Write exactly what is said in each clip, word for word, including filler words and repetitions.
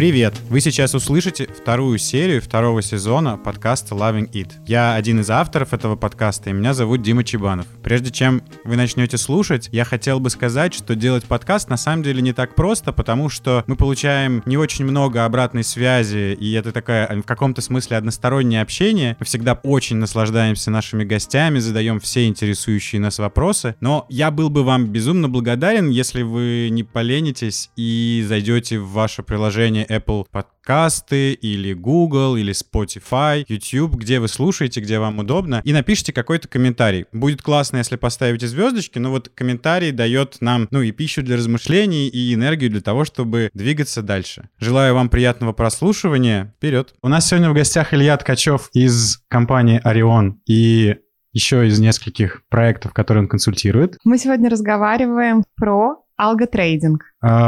Привет! Вы сейчас услышите вторую серию второго сезона подкаста Loving It. Я один из авторов этого подкаста, и меня зовут Дима Чебанов. Прежде чем вы начнете слушать, я хотел бы сказать, что делать подкаст на самом деле не так просто, потому что мы получаем не очень много обратной связи, и это такая в каком-то смысле одностороннее общение. Мы всегда очень наслаждаемся нашими гостями, задаем все интересующие нас вопросы, но я был бы вам безумно благодарен, если вы не поленитесь и зайдете в ваше приложение Apple подкасты или Google или Spotify, YouTube, где вы слушаете, где вам удобно, и напишите какой-то комментарий. Будет классно, если поставите звездочки, но вот комментарий дает нам, ну, и пищу для размышлений, и энергию для того, чтобы двигаться дальше. Желаю вам приятного прослушивания. Вперед! У нас сегодня в гостях Илья Ткачев из компании Orion и еще из нескольких проектов, которые он консультирует. Мы сегодня разговариваем про алготрейдинг.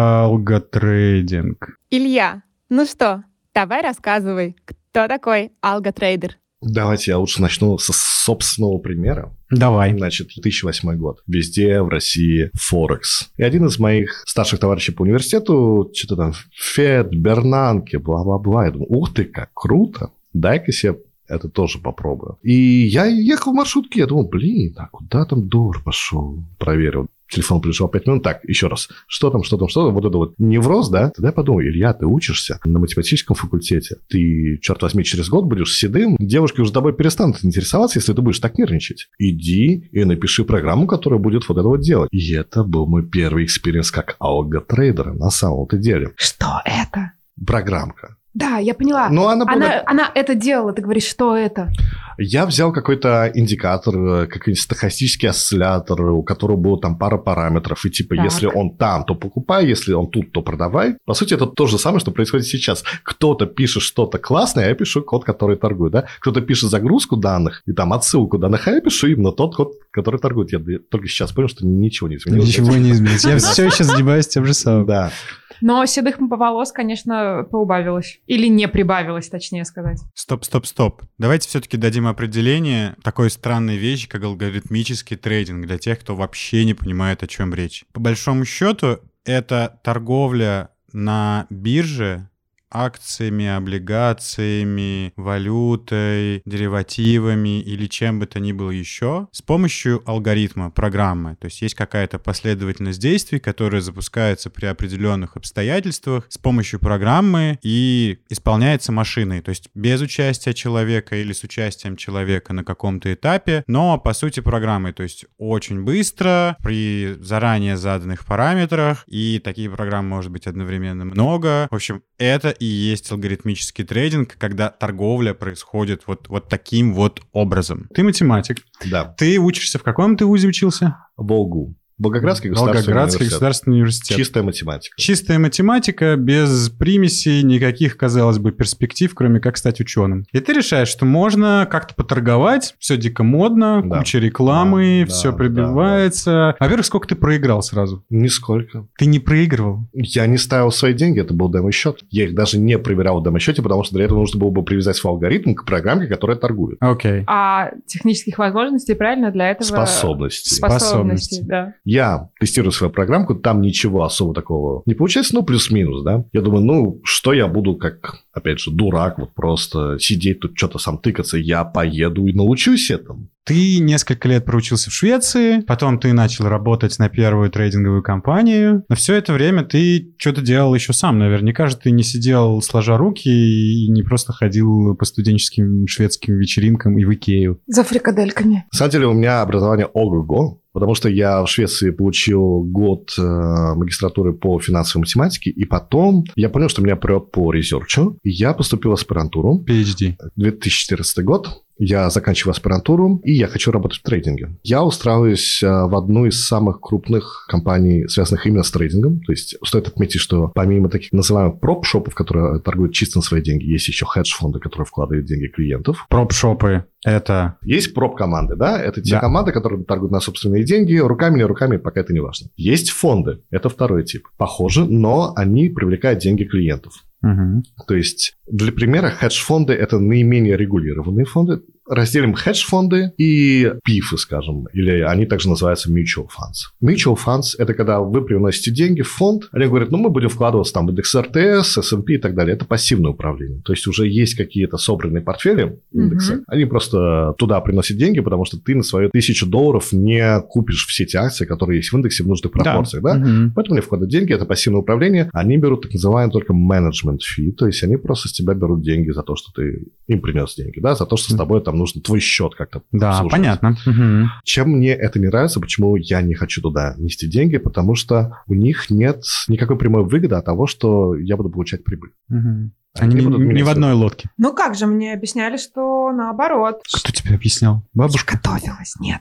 Алготрейдинг. Илья, ну что, давай рассказывай, кто такой алготрейдер? Давайте я лучше начну со собственного примера. Давай. Значит, две тысячи восьмой год. Везде в России Форекс. И один из моих старших товарищей по университету, что-то там, Фед, Бернанке, бла-бла-бла. Я думаю, ух ты, как круто. Дай-ка себе это тоже попробую. И я ехал в маршрутке, я думал, блин, а куда там доллар пошел? Проверил. Телефон пришел пять минут. Так, еще раз. Что там, что там, что там? Вот это вот невроз, да? Тогда я подумал, Илья, ты учишься на математическом факультете. Ты, черт возьми, через год будешь седым. Девушки уже тобой перестанут интересоваться, если ты будешь так нервничать. Иди и напиши программу, которая будет вот это вот делать. И это был мой первый экспириенс как алготрейдера на самом-то деле. Что это? Программка. Да, я поняла. Но она, была... она, она это делала, ты говоришь, что это? Я взял какой-то индикатор, какой-нибудь стохастический осциллятор, у которого было там пара параметров, и типа, так. Если он там, то покупай, если он тут, то продавай. По сути, это то же самое, что происходит сейчас. Кто-то пишет что-то классное, а я пишу код, который торгует, да? Кто-то пишет загрузку данных, и там отсылку данных, а я пишу именно тот код, который торгует. Я только сейчас понял, что ничего не изменилось. Ничего не изменилось. Я все еще занимаюсь тем же самым. Да. Но седых волос, конечно, поубавилось. Или не прибавилось, точнее сказать. Стоп, стоп, стоп. Давайте все-таки дадим определение такой странной вещи, как алгоритмический трейдинг для тех, кто вообще не понимает, о чем речь. По большому счету, это торговля на бирже акциями, облигациями, валютой, деривативами или чем бы то ни было еще с помощью алгоритма, программы. То есть есть какая-то последовательность действий, которая запускается при определенных обстоятельствах с помощью программы и исполняется машиной. То есть без участия человека или с участием человека на каком-то этапе, но по сути программой. То есть очень быстро, при заранее заданных параметрах, и такие программы может быть одновременно много. В общем, это и есть алгоритмический трейдинг, когда торговля происходит вот, вот таким вот образом. Ты математик. Да. Ты учишься в каком ты вузе учился? В Волгу. Волгоградский государственный Волгоградский университет. государственный университет. Чистая математика. Чистая математика, без примесей, никаких, казалось бы, перспектив, кроме как стать ученым. И ты решаешь, что можно как-то поторговать, все дико модно, да. Куча рекламы, да, все да, пробивается. Да, да. Во-первых, сколько ты проиграл сразу? Нисколько. Ты не проигрывал? Я не ставил свои деньги, это был демо-счет. Я их даже не проверял в демо-счете, потому что для этого нужно было бы привязать свой алгоритм к программке, которая торгует. Окей. Okay. А технических возможностей, правильно, для этого? Способностей. Способностей, да. Я тестирую свою программку, там ничего особо такого не получается, ну, плюс-минус, да. Я думаю, ну, что я буду как, опять же, дурак, вот просто сидеть тут, что-то сам тыкаться, я поеду и научусь этому. Ты несколько лет проучился в Швеции, потом ты начал работать на первую трейдинговую компанию, но все это время ты что-то делал еще сам. Наверняка же ты не сидел сложа руки и не просто ходил по студенческим шведским вечеринкам и в Икею. За фрикадельками. На самом деле у меня образование ого-го, потому что я в Швеции получил год э, магистратуры по финансовой математике, и потом я понял, что меня прет по ресерчу, и я поступил в аспирантуру. пи эйч ди. две тысячи четырнадцатый год. Я заканчиваю аспирантуру, и я хочу работать в трейдинге. Я устраиваюсь в одну из самых крупных компаний, связанных именно с трейдингом. То есть стоит отметить, что помимо таких называемых проп-шопов, которые торгуют чисто на свои деньги, есть еще хедж-фонды, которые вкладывают деньги клиентов. Проп-шопы — это... Есть проп-команды, да? Это те да. команды, которые торгуют на собственные деньги, руками, не руками, пока это не важно. Есть фонды. Это второй тип. Похоже, но они привлекают деньги клиентов. Угу. То есть, для примера, хедж-фонды – это наименее регулированные фонды. разделим хедж-фонды и пифы, скажем, или они также называются mutual funds. Mutual funds – это когда вы приносите деньги в фонд, они говорят, ну, мы будем вкладываться там в индекс эр тэ эс, эс энд пи и так далее. Это пассивное управление. То есть уже есть какие-то собранные портфели индекса. Mm-hmm. Они просто туда приносят деньги, потому что ты на свою тысячу долларов не купишь все эти акции, которые есть в индексе в нужных пропорциях. Да. Да? Mm-hmm. Поэтому они вкладывают деньги, это пассивное управление. Они берут так называемый только management fee, то есть они просто с тебя берут деньги за то, что ты им принес деньги, да, за то, что с тобой там нужно твой счет как-то Да, понятно. Угу. Чем мне это не нравится, почему я не хочу туда нести деньги, потому что у них нет никакой прямой выгоды от того, что я буду получать прибыль. Угу. Они, Они не, не в одной лодке. Ну как же, мне объясняли, что наоборот. Кто тебе объяснял? Бабушка? Я готовилась, нет.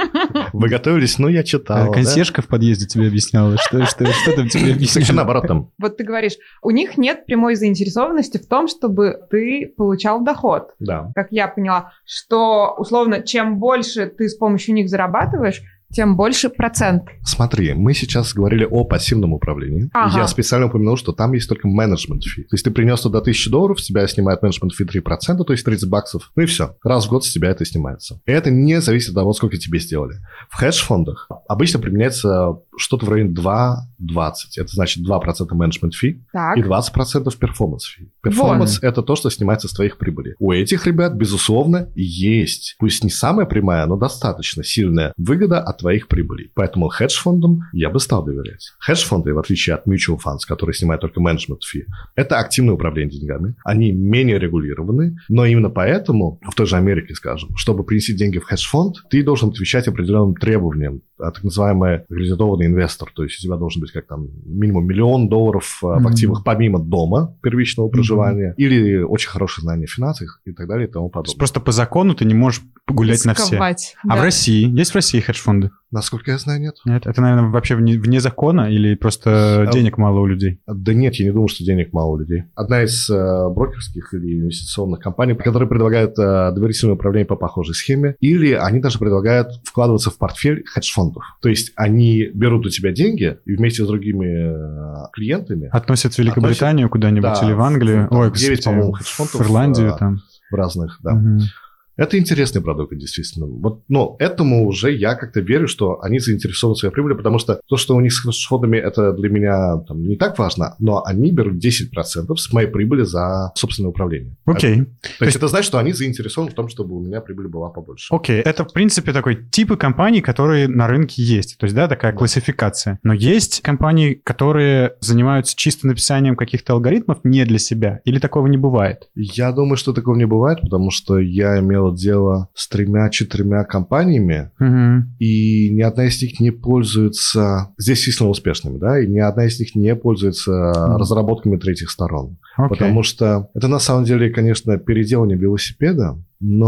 Вы готовились? Ну, я читал. Консьержка в подъезде тебе объясняла. Что там тебе объясняли? Наоборот там. Вот ты говоришь, у них нет прямой заинтересованности в том, чтобы ты получал доход. Да. Как я поняла, что, условно, чем больше ты с помощью них зарабатываешь, тем больше процент. Смотри, мы сейчас говорили о пассивном управлении. Ага. Я специально упомянул, что там есть только менеджмент фи. То есть ты принес туда тысячу долларов, с тебя снимают менеджмент фи три процента, то есть тридцать баксов. Ну и все. Раз в год с тебя это снимается. И это не зависит от того, сколько тебе сделали. В хедж-фондах обычно применяется что-то в районе два двадцать. Это значит два процента менеджмент фи и двадцать процентов перформанс фи. Перформанс – это то, что снимается с твоих прибылей. У этих ребят, безусловно, есть, пусть не самая прямая, но достаточно сильная выгода от твоих прибылей. Поэтому хедж-фондам я бы стал доверять. Хедж-фонды, в отличие от mutual funds, которые снимают только менеджмент фи, это активное управление деньгами. Они менее регулированы, но именно поэтому в той же Америке, скажем, чтобы принести деньги в хедж-фонд, ты должен отвечать определенным требованиям, так называемый аккредитованный инвестор. То есть у тебя должен быть как там минимум миллион долларов mm-hmm. в активах помимо дома первичного проживания mm-hmm. или очень хорошее знание в финансах и так далее и тому подобное. Просто по закону ты не можешь гулять Рисковать, на все. Да. А в России? Есть в России хедж-фонды? Насколько я знаю, нет. Нет, это, наверное, вообще вне, вне закона или просто а, денег мало у людей? Да нет, я не думаю, что денег мало у людей. Одна из э, брокерских или инвестиционных компаний, которые предлагают э, доверительное управление по похожей схеме, или они даже предлагают вкладываться в портфель хедж-фондов. То есть они берут у тебя деньги и вместе с другими э, клиентами... Относят в Великобританию относят, куда-нибудь да, или в Англию. Там, Ой, девять, кстати, по-моему, хедж-фондов в Ирландию в, там. В разных, да. Угу. Это интересный продукт, действительно. Вот, но этому уже я как-то верю, что они заинтересованы в своей прибыли, потому что то, что у них с хедж-фондами, это для меня там, не так важно, но они берут десять процентов с моей прибыли за собственное управление. Окей. Okay. То, то есть это значит, что они заинтересованы в том, чтобы у меня прибыль была побольше. Окей. Okay. Это, в принципе, такой типы компаний, которые на рынке есть. То есть, да, такая классификация. Но есть компании, которые занимаются чисто написанием каких-то алгоритмов не для себя. Или такого не бывает? Я думаю, что такого не бывает, потому что я имел дело с тремя-четырьмя компаниями, угу. и ни одна из них не пользуется, здесь действительно успешными, да, и ни одна из них не пользуется угу. разработками третьих сторон. Okay. Потому что это на самом деле, конечно, переделание велосипеда,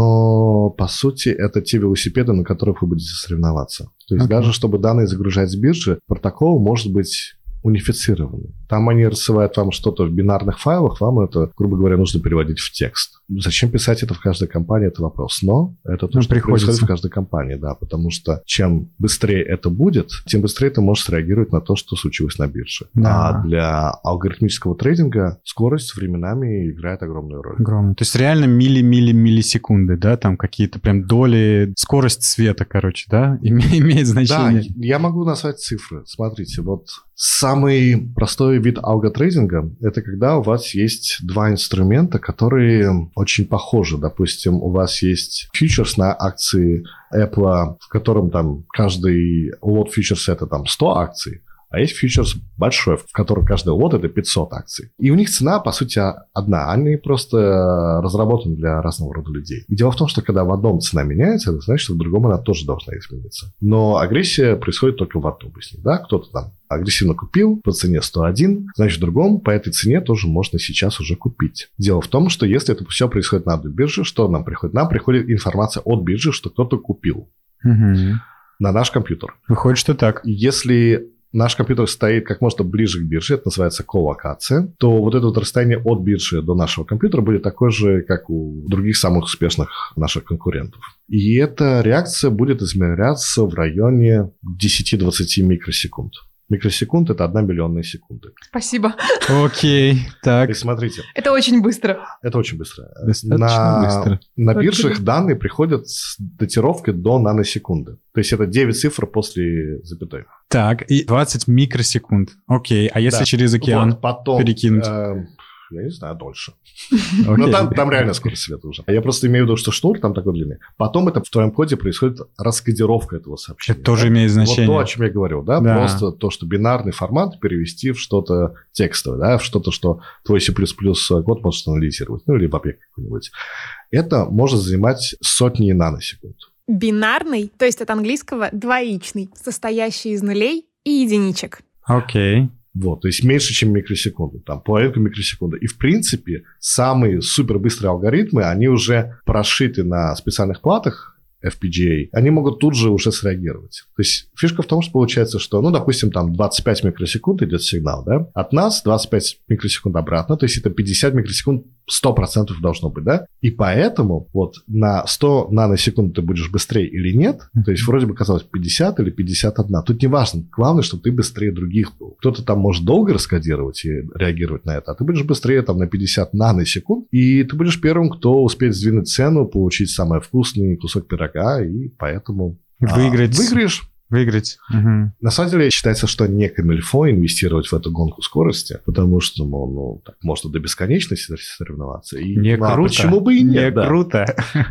но по сути это те велосипеды, на которых вы будете соревноваться. То есть okay. даже чтобы данные загружать с биржи, протокол может быть унифицированы. Там они рассылают вам что-то в бинарных файлах, вам это, грубо говоря, нужно переводить в текст. Зачем писать это в каждой компании, это вопрос. Но это то, ну, что приходится. происходит в каждой компании, да, потому что чем быстрее это будет, тем быстрее ты можешь среагировать на то, что случилось на бирже. Да. А для алгоритмического трейдинга скорость временами играет огромную роль. Огромную. То есть реально милли-милли-миллисекунды, да, там какие-то прям доли, скорость света, короче, да, имеет значение. Да, я могу назвать цифры. Смотрите, вот самый простой вид алготрейдинга – это когда у вас есть два инструмента, которые очень похожи. Допустим, у вас есть фьючерс на акции Apple, в котором там каждый лот фьючерса – это там сто акций. А есть фьючерс большой, в котором каждый лот – это пятьсот акций. И у них цена, по сути, одна. Они просто разработаны для разного рода людей. И дело в том, что когда в одном цена меняется, это значит, что в другом она тоже должна измениться. Но агрессия происходит только в одном из них. Да? Кто-то там агрессивно купил по цене сто один, значит, в другом по этой цене тоже можно сейчас уже купить. Дело в том, что если это все происходит на одной бирже, что нам приходит? Нам приходит информация от биржи, что кто-то купил угу. на наш компьютер. Выходит, что так. Если наш компьютер стоит как можно ближе к бирже, это называется коллокация, то вот это вот расстояние от биржи до нашего компьютера будет такое же, как у других самых успешных наших конкурентов. И эта реакция будет измеряться в районе десять-двадцать микросекунд. Микросекунд — это одна миллионная секунда. Спасибо. Окей, так. То есть, смотрите. Это очень быстро. Это очень быстро. Достаточно на, быстро. На биржах данные приходят с датировкой до наносекунды. То есть это девять цифр после запятой. Так, и двадцать микросекунд. Окей, а если Да. через океан вот, потом, перекинуть? Э, я не знаю, дольше. Окей. Но там, там реально скорость света уже. Я просто имею в виду, что шнур там такой длинный. Потом это в твоем коде происходит раскодировка этого сообщения. Это тоже да? имеет значение. Вот то, о чем я говорил, да? Да. Просто то, что бинарный формат перевести в что-то текстовое, да, в что-то, что твой C++ код может анализировать, ну, либо объект какой-нибудь. Это может занимать сотни наносекунд. Бинарный, то есть от английского двоичный, состоящий из нулей и единичек. Окей. Вот, то есть меньше, чем микросекунду, там половинку микросекунды. И, в принципе, самые супербыстрые алгоритмы, они уже прошиты на специальных платах эф пи джи эй, они могут тут же уже среагировать. То есть фишка в том, что получается, что, ну, допустим, там двадцать пять микросекунд идет сигнал, да, от нас двадцать пять микросекунд обратно, то есть это пятьдесят микросекунд сто процентов должно быть, да, и поэтому вот на сто наносекунд ты будешь быстрее или нет, то есть вроде бы казалось пятьдесят или пятьдесят один, тут не важно, главное, чтобы ты быстрее других был. Кто-то там может долго раскодировать и реагировать на это, а ты будешь быстрее там на пятьдесят наносекунд, и ты будешь первым, кто успеет сдвинуть цену, получить самый вкусный кусок пирога, и поэтому Выиграть. а, выиграешь. Выиграть. Угу. На самом деле считается, что не камильфо инвестировать в эту гонку скорости, потому что, мол, ну, так можно до бесконечности соревноваться. И, Не ну, а круто. почему бы и нет? Не да. круто.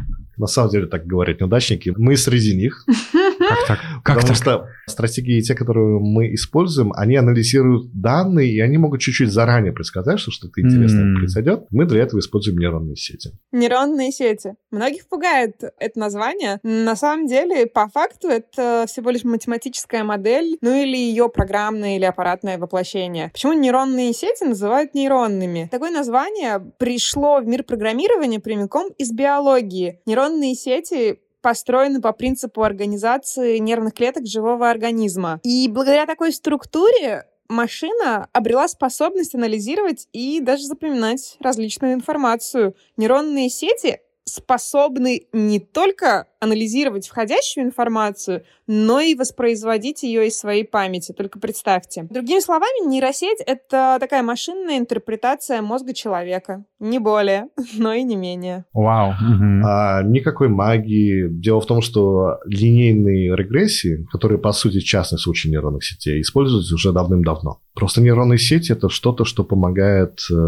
На самом деле так говорят неудачники. Мы среди них. Как так? Как Потому так? что стратегии, те, которые мы используем, они анализируют данные, и они могут чуть-чуть заранее предсказать, что что-то интересное М. произойдет. Мы для этого используем нейронные сети. Нейронные сети. Многих пугает это название. На самом деле, по факту, это всего лишь математическая модель, ну или ее программное или аппаратное воплощение. Почему нейронные сети называют нейронными? Такое название пришло в мир программирования прямиком из биологии. Нейронные сети построены по принципу организации нервных клеток живого организма. И благодаря такой структуре машина обрела способность анализировать и даже запоминать различную информацию. Нейронные сети способны не только анализировать входящую информацию, но и воспроизводить ее из своей памяти. Только представьте. Другими словами, нейросеть — это такая машинная интерпретация мозга человека. Не более, но и не менее. Вау. Мгм. А, никакой магии. Дело в том, что линейные регрессии, которые, по сути, частный случай нейронных сетей, используются уже давным-давно. Просто нейронные сети — это что-то, что помогает э,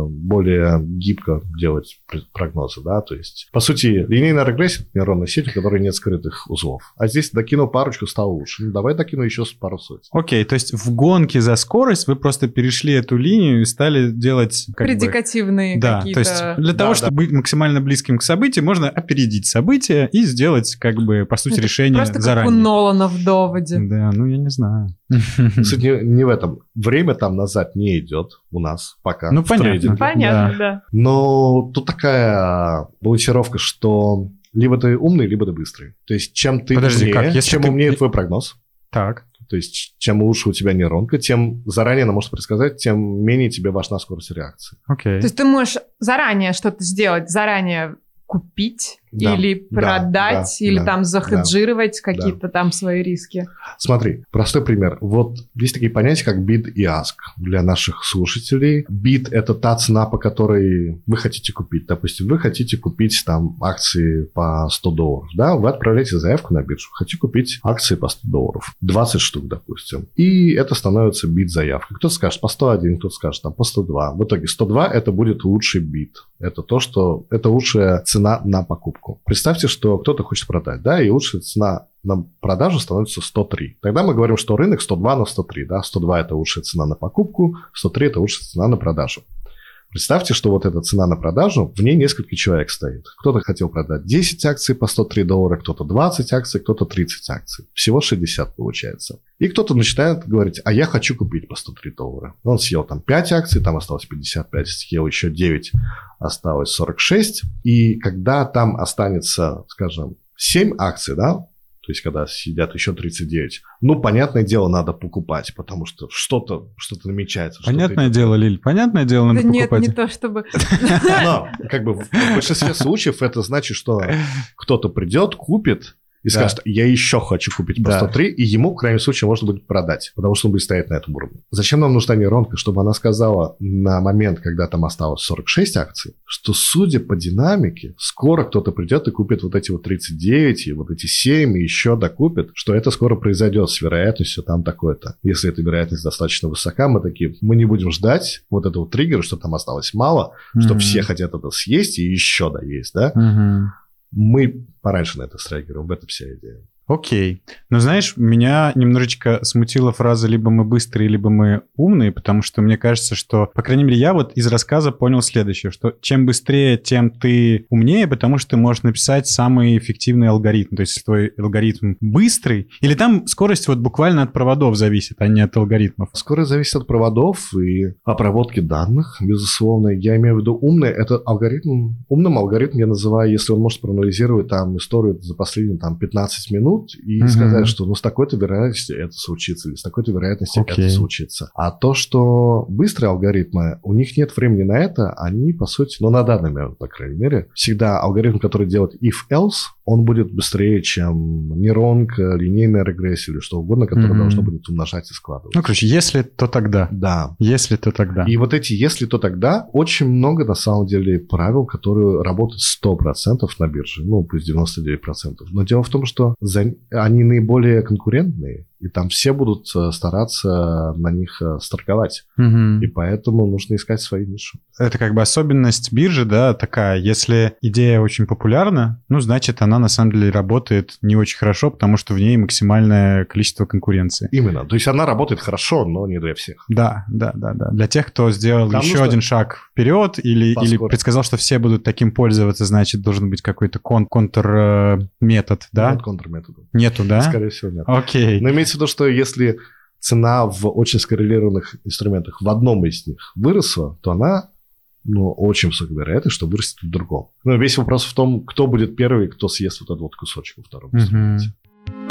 более гибко делать пр- прогнозы, да, то есть, по сути, линейная регрессия — это нейронная сеть, у которой нет скрытых узлов. А здесь докинул парочку, стало лучше. Ну, давай докину еще пару сотен. Окей, то есть в гонке за скорость вы просто перешли эту линию и стали делать как бы... Предикативные Да, какие-то... то есть для Да, того, да. чтобы быть максимально близким к событию, можно опередить события и сделать, как бы, по сути, Это решение Просто заранее. как у Нолана в доводе. Да, ну я не знаю. Суть не, не в этом. Время там назад не идет у нас пока. Ну, в понятно. трейдинге. Понятно, да. Но тут такая балансировка, что либо ты умный, либо ты быстрый. То есть чем ты Подожди, умнее, как? Если чем ты- умнее твой прогноз, Так. то есть чем лучше у тебя нейронка, тем заранее она может предсказать, тем менее тебе важна скорость реакции. Окей. То есть ты можешь заранее что-то сделать, заранее купить Да, или да, продать, да, или да, там захеджировать какие-то там свои риски. Смотри, простой пример. Вот есть такие понятия, как bid и ask для наших слушателей. Bid – это та цена, по которой вы хотите купить. Допустим, вы хотите купить там акции по сто долларов. Да? Вы отправляете заявку на биржу. Хочу купить акции по сто долларов. двадцать штук, допустим. И это становится bid заявкой. Кто-то скажет по сто один, кто-то скажет там по сто два. В итоге сто два – это будет лучший bid. Это то, что это лучшая цена на покупку. Представьте, что кто-то хочет продать, да, и лучшая цена на продажу становится сто три. Тогда мы говорим, что рынок сто два на сто три, да, сто два – это лучшая цена на покупку, сто три – это лучшая цена на продажу. Представьте, что вот эта цена на продажу, в ней несколько человек стоит. Кто-то хотел продать десять акций по сто три доллара, кто-то двадцать акций, кто-то тридцать акций. Всего шестьдесят получается. И кто-то начинает говорить, а я хочу купить по сто три доллара. Он съел там пять акций, там осталось пятьдесят пять, съел еще девять, осталось сорок шесть. И когда там останется, скажем, семь акций, да, то есть когда сидят еще тридцать девять, ну, понятное дело, надо покупать, потому что что-то, что-то намечается. что-то Понятное идет. дело, Лиль, понятное дело, надо Да нет, покупать. не то чтобы... Но, как бы, в большинстве случаев это значит, что кто-то придет, купит, и да. скажет, я еще хочу купить по да. сто три, и ему, в крайнем случае, можно будет продать, потому что он будет стоять на этом уровне. Зачем нам нужна нейронка? Чтобы она сказала на момент, когда там осталось сорок шесть акций, что, судя по динамике, скоро кто-то придет и купит вот эти вот тридцать девять, и вот эти семь, и еще докупит, что это скоро произойдет с вероятностью там такое-то. Если эта вероятность достаточно высока, мы такие, мы не будем ждать вот этого триггера, что там осталось мало, mm-hmm. что все хотят это съесть и еще доесть, да? Mm-hmm. Мы пораньше на это среагируем, в этом вся идея. Окей. Но знаешь, меня немножечко смутила фраза «либо мы быстрые, либо мы умные», потому что мне кажется, что, по крайней мере, я вот из рассказа понял следующее, что чем быстрее, тем ты умнее, потому что ты можешь написать самый эффективный алгоритм. То есть если твой алгоритм быстрый, или там скорость вот буквально от проводов зависит, а не от алгоритмов. Скорость зависит от проводов и обработки данных, безусловно. Я имею в виду умный, это алгоритм, умным алгоритм я называю, если он может проанализировать там историю за последние там пятнадцать минут, и uh-huh. сказать, что ну с такой-то вероятностью это случится, или с такой-то вероятностью okay. это случится. А то, что быстрые алгоритмы, у них нет времени на это, они, по сути, ну на данный момент, по крайней мере, всегда алгоритм, который делает if-else, он будет быстрее, чем нейронка, линейная регрессия или что угодно, которое uh-huh. должно будет умножать и складывать. Ну, короче, если, то тогда. Да. Если, то тогда. И вот эти «если, то тогда» очень много, на самом деле, правил, которые работают сто процентов на бирже, ну, пусть девяносто девять процентов. Но дело в том, что за они наиболее конкурентные, и там все будут стараться на них сторговать. Угу. И поэтому нужно искать свои ниши. Это как бы особенность биржи, да, такая. Если идея очень популярна, ну, значит, она на самом деле работает не очень хорошо, потому что в ней максимальное количество конкуренции. Именно. То есть она работает хорошо, но не для всех. Да, да, да, да. Для тех, кто сделал там еще нужно... один шаг вперед или, или предсказал, что все будут таким пользоваться, значит, должен быть какой-то кон- контрметод, да? Нет контрметода. Нету, да? Скорее всего, нет. Окей. Но имеется в виду, что если цена в очень скоррелированных инструментах в одном из них выросла, то она, ну, очень высокая вероятность, что вырастет в другом. Но весь вопрос в том, кто будет первый, кто съест вот этот вот кусочек во втором инструменте. Mm-hmm.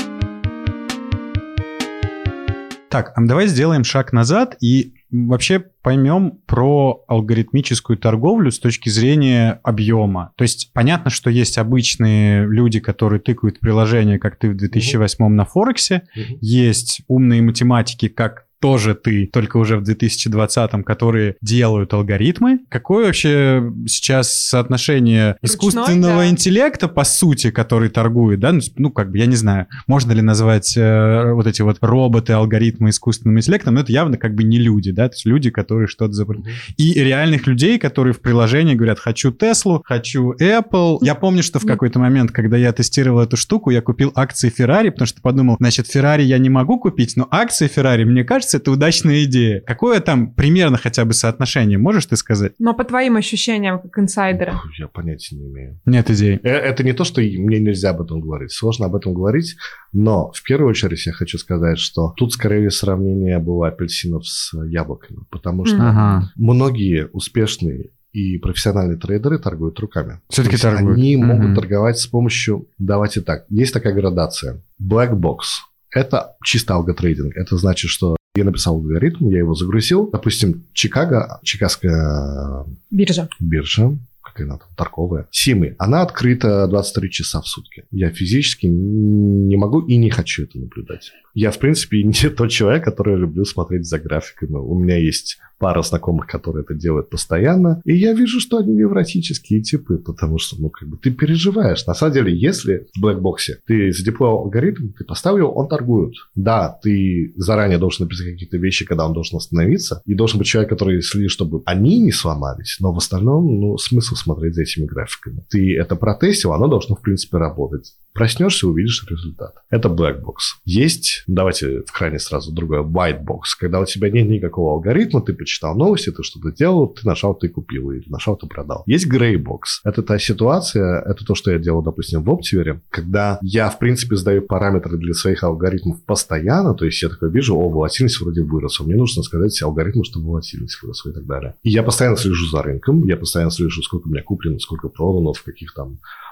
Так, а давай сделаем шаг назад и вообще поймем про алгоритмическую торговлю с точки зрения объема. То есть понятно, что есть обычные люди, которые тыкают приложения, как ты в две тысячи восьмом uh-huh. на Форексе. Uh-huh. Есть умные математики, как тоже ты, только уже в две тысячи двадцатом, которые делают алгоритмы. Какое вообще сейчас соотношение Ручной, искусственного да. интеллекта, по сути, который торгует, да? Ну, как бы, я не знаю, можно ли назвать э, вот эти вот роботы, алгоритмы искусственным интеллектом, но это явно как бы не люди, да? То есть люди, которые что-то запрыгнули. Mm-hmm. И реальных людей, которые в приложении говорят, хочу Теслу, хочу Apple. Я помню, что в какой-то момент, когда я тестировал эту штуку, я купил акции Ferrari, потому что подумал, значит, Ferrari я не могу купить, но акции Ferrari, мне кажется, это удачная идея. Какое там примерно хотя бы соотношение, можешь ты сказать? Но по твоим ощущениям, как инсайдера. Я понятия не имею. Нет идей. Это не то, что мне нельзя об этом говорить. Сложно об этом говорить, но в первую очередь я хочу сказать, что тут скорее сравнение было апельсинов с яблоками, потому что ага. многие успешные и профессиональные трейдеры торгуют руками. Все-таки торгуют. Они mm-hmm. могут торговать с помощью, давайте так, есть такая градация. Black box. Это чисто алготрейдинг. Это значит, что я написал алгоритм, я его загрузил. Допустим, Чикаго, чикагская биржа. биржа, какая она там, торговая, Симы, она открыта двадцать три часа в сутки. Я физически не могу и не хочу это наблюдать. Я, в принципе, не тот человек, который люблю смотреть за графиками. У меня есть пара знакомых, которые это делают постоянно, и я вижу, что они невротические типы, потому что, ну, как бы ты переживаешь. На самом деле, если в блэкбоксе ты задеплоил алгоритм, ты поставил, он торгует. Да, ты заранее должен написать какие-то вещи, когда он должен остановиться, и должен быть человек, который следит, чтобы они не сломались, но в остальном, ну, смысл смотреть за этими графиками. Ты это протестил, оно должно, в принципе, работать. Проснешься, увидишь результат. Это black box. Есть, давайте в крайне сразу другое, white box. Когда у тебя нет никакого алгоритма, ты почитал новости, ты что-то делал, ты нашел, ты купил, или нашел, ты продал. Есть grey box. Это та ситуация, это то, что я делал, допустим, в Optiver, когда я, в принципе, сдаю параметры для своих алгоритмов постоянно, то есть я такой вижу, о, волатильность вроде выросла, мне нужно сказать алгоритму, чтобы волатильность выросла и так далее. И я постоянно слежу за рынком, я постоянно слежу, сколько у меня куплено, сколько продано, в каких там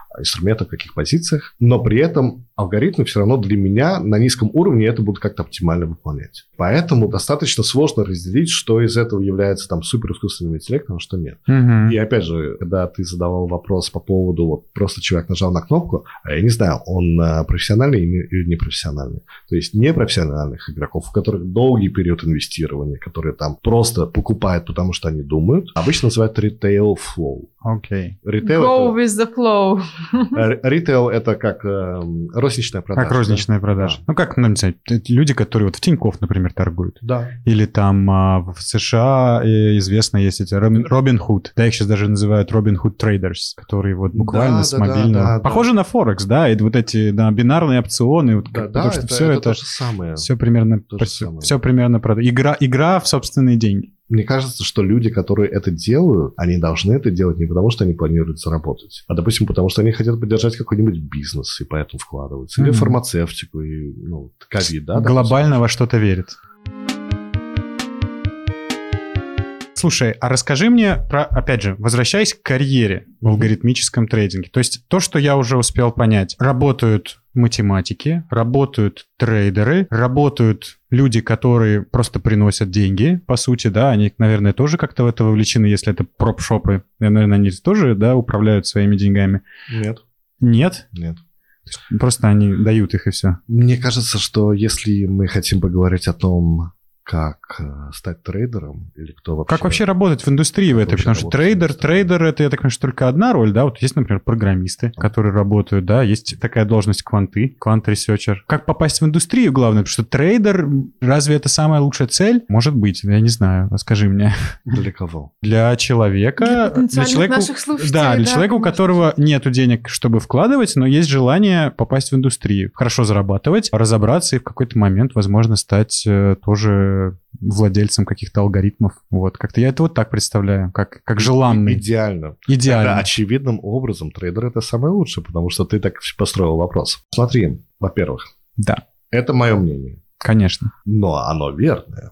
инструментах, в каких позициях, но при этом алгоритмы все равно для меня на низком уровне это будут как-то оптимально выполнять. Поэтому достаточно сложно разделить, что из этого является там суперискусственным интеллектом, а что нет. Угу. И опять же, когда ты задавал вопрос по поводу, вот просто человек нажал на кнопку, я не знаю, он профессиональный или непрофессиональный. То есть непрофессиональных игроков, у которых долгий период инвестирования, которые там просто покупают, потому что они думают, обычно называют retail flow. Окей. Okay. Go это... with the flow. Retail это как э, розничная продажа. Как розничная да? продажа. Да. Ну, как, ну, не знаю, люди, которые вот в Тинькофф, например, торгуют. Да. Или там а, в США известно есть эти Robin Hood. Да, их сейчас даже называют Robin Hood Traders, которые вот буквально да, с да, мобильного... Да, да, Похоже да. на Форекс, да, и вот эти да, бинарные опционы. Вот, да, как, да, потому что это, все это, это, то же самое. Все примерно, то же все, самое. все примерно про... Игра, игра в собственные деньги. Мне кажется, что люди, которые это делают, они должны это делать не потому, что они планируют заработать, а, допустим, потому что они хотят поддержать какой-нибудь бизнес и поэтому вкладываются. Или mm-hmm. фармацевтику, и, ну, ковид, да? Глобально допустим. Во что-то верят. Слушай, а расскажи мне про, опять же, возвращаясь к карьере в алгоритмическом трейдинге. То есть то, что я уже успел понять. Работают математики, работают трейдеры, работают люди, которые просто приносят деньги, по сути, да, они, наверное, тоже как-то в это вовлечены, если это проп-шопы. Наверное, они тоже, да, управляют своими деньгами. Нет. Нет? Нет. Просто они дают их и все. Мне кажется, что если мы хотим поговорить о том, как стать трейдером или кто вообще... Как вообще работать в индустрии в этой? Потому что трейдер, трейдер, это, я так понимаю, что только одна роль, да? Вот есть, например, программисты, которые работают, да? Есть такая должность кванты, квант-ресерчер. Как попасть в индустрию, главное? Потому что трейдер, разве это самая лучшая цель? Может быть, я не знаю, скажи мне. Для кого? Для человека... Для, для человека, наших слушателей. Да, для да, человека, у которого нету денег, чтобы вкладывать, но есть желание попасть в индустрию, хорошо зарабатывать, разобраться и в какой-то момент, возможно, стать э, тоже владельцем каких-то алгоритмов. Вот. Как-то я это вот так представляю, как, как желанный. Идеально. Идеально. Тогда очевидным образом трейдер — это самое лучшее, потому что ты так построил вопрос. Смотри, во-первых, да. это мое мнение. Конечно. Но оно верное.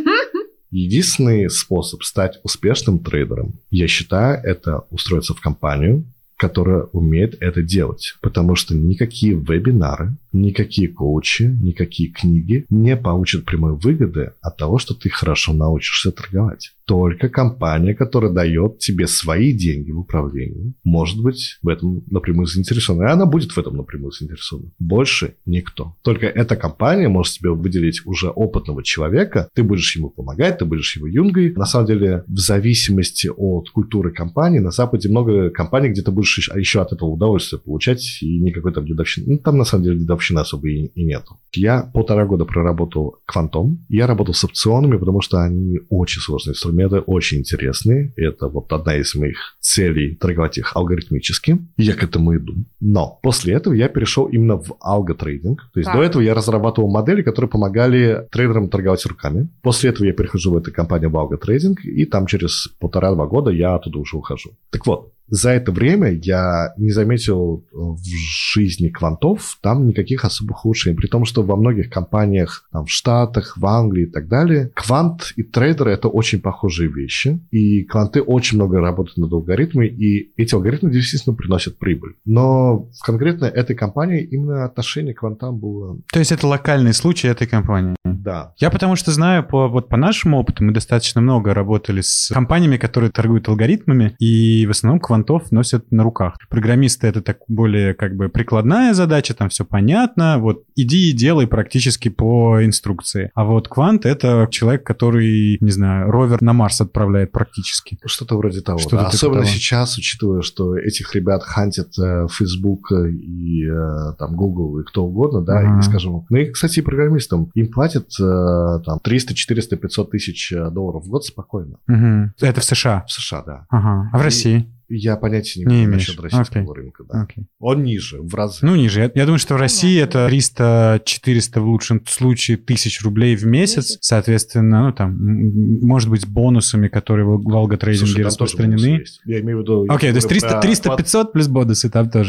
Единственный способ стать успешным трейдером, я считаю, это устроиться в компанию, которая умеет это делать. Потому что никакие вебинары, никакие коучи, никакие книги не получат прямой выгоды от того, что ты хорошо научишься торговать. Только компания, которая дает тебе свои деньги в управлении, может быть в этом напрямую заинтересована. И она будет в этом напрямую заинтересована. Больше никто. Только эта компания может тебе выделить уже опытного человека. Ты будешь ему помогать, ты будешь его юнгой. На самом деле, в зависимости от культуры компании, на Западе много компаний, где ты будешь еще от этого удовольствие получать, и никакой там дедовщины. Ну, там, на самом деле, дедовщины особо и, и нету. Я полтора года проработал квантом. Я работал с опционами, потому что они очень сложные инструменты, очень интересные. Это вот одна из моих целей — торговать их алгоритмически. И я к этому иду. Но после этого я перешел именно в алготрейдинг. То есть так. До этого я разрабатывал модели, которые помогали трейдерам торговать руками. После этого я перехожу в эту компанию в алготрейдинг, и там через полтора-два года я оттуда уже ухожу. Так вот, за это время я не заметил в жизни квантов там никаких особых улучшений. При том, что во многих компаниях там, в Штатах, в Англии и так далее, квант и трейдеры — это очень похожие вещи. И кванты очень много работают над алгоритмами, и эти алгоритмы действительно приносят прибыль. Но в конкретно этой компании именно отношение к квантам было... То есть это локальный случай этой компании? Да. Я потому что знаю, по, вот по нашему опыту, мы достаточно много работали с компаниями, которые торгуют алгоритмами, и в основном квант носят на руках. Программисты — это так более как бы прикладная задача, там все понятно, вот иди и делай практически по инструкции. А вот квант — это человек, который, не знаю, ровер на Марс отправляет практически. Что-то вроде того. Что-то да. типа Особенно того. Сейчас, учитывая, что этих ребят хантят э, Facebook и э, там Google и кто угодно, да, uh-huh. и, скажем, ну и, кстати, и программистам, им платят э, там триста, четыреста, пятьсот тысяч долларов в год спокойно. Uh-huh. Это в США? В США, да. Ага. А в и... России? Я понятия не, не имею насчет российского okay. рынка. Да. Okay. Он ниже, в разы. Ну, ниже. Я, я думаю, что в России это триста-четыреста в лучшем случае тысяч рублей в месяц. месяц. Соответственно, ну, там, может быть, с бонусами, которые в, в алготрейдинге распространены. Я имею в виду... Окей, okay, то есть триста-пятьсот плюс бонусы там тоже.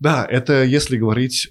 Да, это если говорить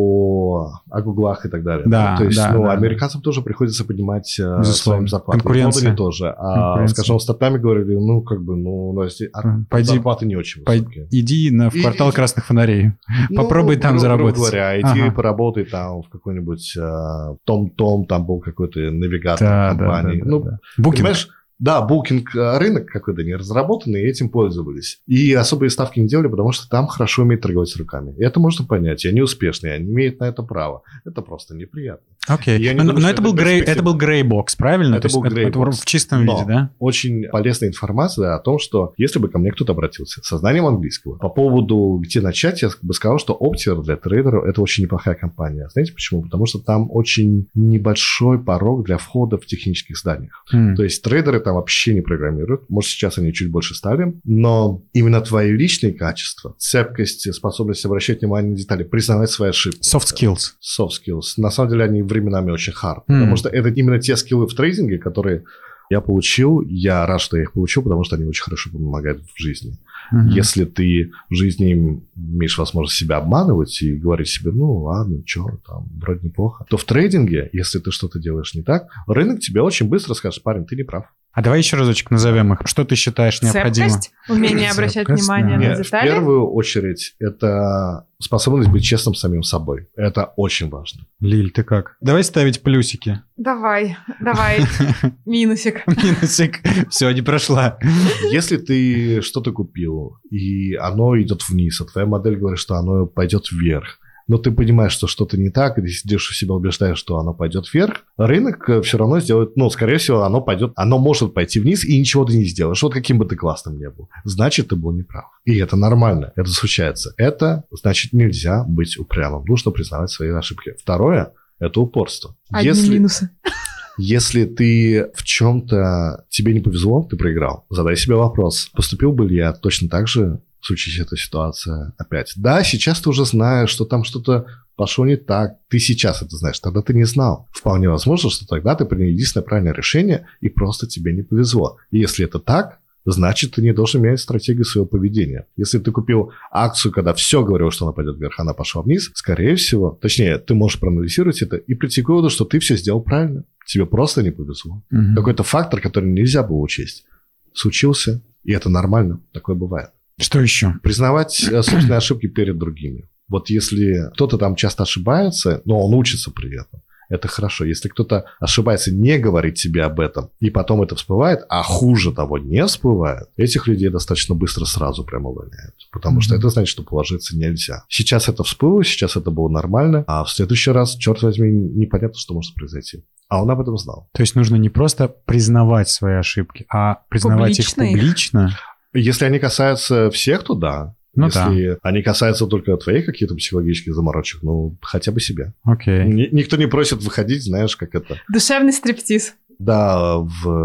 о, о гуглах и так далее. Да, То есть, да, ну, да, американцам да. тоже приходится поднимать своим зарплату. Конкуренция. В тоже. А, скажем, с стартапами говорили, ну, как бы, ну, у нас пойди, зарплаты не очень высокие. Иди на, в квартал иди, красных фонарей. Ну, Попробуй там грубо заработать. Грубо говоря, иди ага. поработай там в какой-нибудь uh, Том-Том, там был какой-то навигатор да, компании. Да, да, ну, да, да. Booking. Понимаешь? Да, букинг рынок какой-то не разработанный, и этим пользовались. И особые ставки не делали, потому что там хорошо умеют торговать руками. И это можно понять. И они успешные, они имеют на это право. Это просто неприятно. Окей. Okay. Но, думаю, но это, был грей, это был грей-бокс, правильно? Это То был грей-бокс. В чистом но виде, да? Очень полезная информация о том, что если бы ко мне кто-то обратился со знанием английского, по поводу где начать, я бы сказал, что Optiver для трейдеров это очень неплохая компания. Знаете почему? Потому что там очень небольшой порог для входа в технических зданиях. Mm. То есть трейдеры там вообще не программируют. Может, сейчас они чуть больше стали, но именно твои личные качества, цепкость, способность обращать внимание на детали, признавать свои ошибки. Soft skills. Soft skills. На самом деле они временами очень hard, mm. потому что это именно те скиллы в трейдинге, которые я получил. Я рад, что я их получил, потому что они очень хорошо помогают в жизни. Mm-hmm. Если ты в жизни имеешь возможность себя обманывать и говорить себе, ну ладно, что там, вроде неплохо, то в трейдинге, если ты что-то делаешь не так, рынок тебе очень быстро скажет, парень, ты не прав. А давай еще разочек назовем их. Что ты считаешь необходимо? Цепкость, умение обращать Цепкость, внимание да. на детали. В первую очередь, это способность быть честным с самим собой. Это очень важно. Лиль, ты как? Давай ставить плюсики. Давай, давай. Минусик. Минусик. Все, не прошла. Если ты что-то купил, и оно идет вниз, а твоя модель говорит, что оно пойдет вверх, но ты понимаешь, что что-то не так, и ты сидишь у себя убеждаешь, что оно пойдет вверх, рынок все равно сделает, ну, скорее всего, оно пойдет, оно может пойти вниз, и ничего ты не сделаешь. Вот каким бы ты классным ни был. Значит, ты был неправ. И это нормально, это случается. Это значит, нельзя быть упрямым. Нужно признавать свои ошибки. Второе – это упорство. Одни Если... минусы. Если ты в чем-то, тебе не повезло, ты проиграл, задай себе вопрос, поступил бы ли я точно так же, случись эта ситуация опять. Да, сейчас ты уже знаешь, что там что-то пошло не так. Ты сейчас это знаешь, тогда ты не знал. Вполне возможно, что тогда ты принял единственное правильное решение, и просто тебе не повезло. И если это так, значит, ты не должен менять стратегию своего поведения. Если ты купил акцию, когда все говорило, что она пойдет вверх, она пошла вниз, скорее всего, точнее, ты можешь проанализировать это и прийти к выводу, что ты все сделал правильно. Тебе просто не повезло. Mm-hmm. Какой-то фактор, который нельзя было учесть, случился, и это нормально. Такое бывает. Что еще? Признавать собственные ошибки перед другими. Вот если кто-то там часто ошибается, но он учится при этом, это хорошо. Если кто-то ошибается, не говорить себе об этом, и потом это всплывает, а хуже того не всплывает, этих людей достаточно быстро сразу прямо увольняют. Потому mm-hmm. что это значит, что положиться нельзя. Сейчас это всплыло, сейчас это было нормально, а в следующий раз, черт возьми, непонятно, что может произойти. А он об этом знал. То есть нужно не просто признавать свои ошибки, а признавать публично их публично. Их. Если они касаются всех, то да. Ну, Если да. они касаются только твоих каких-то психологических заморочек, ну, хотя бы себя. Окей. Н- никто не просит выходить, знаешь, как это... Душевный стриптиз. Да,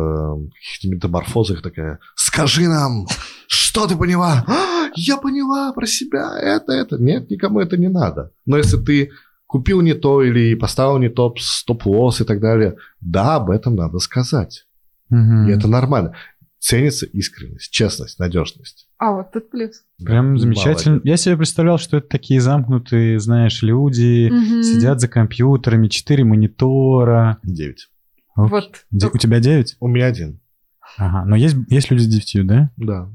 в каких-то метаморфозах такая, скажи нам, что ты поняла? А, я поняла про себя, это, это. Нет, никому это не надо. Но если ты купил не то или поставил не топ, стоп-лосс и так далее, да, об этом надо сказать. Угу. И это нормально. Ценится искренность, честность, надежность. А вот тут плюс. Прям замечательно. Молодец. Я себе представлял, что это такие замкнутые, знаешь, люди, угу. сидят за компьютерами, четыре монитора. Девять. Вот. Де- у тебя девять? У меня один. Ага, но есть, есть люди с девятью, да? Да.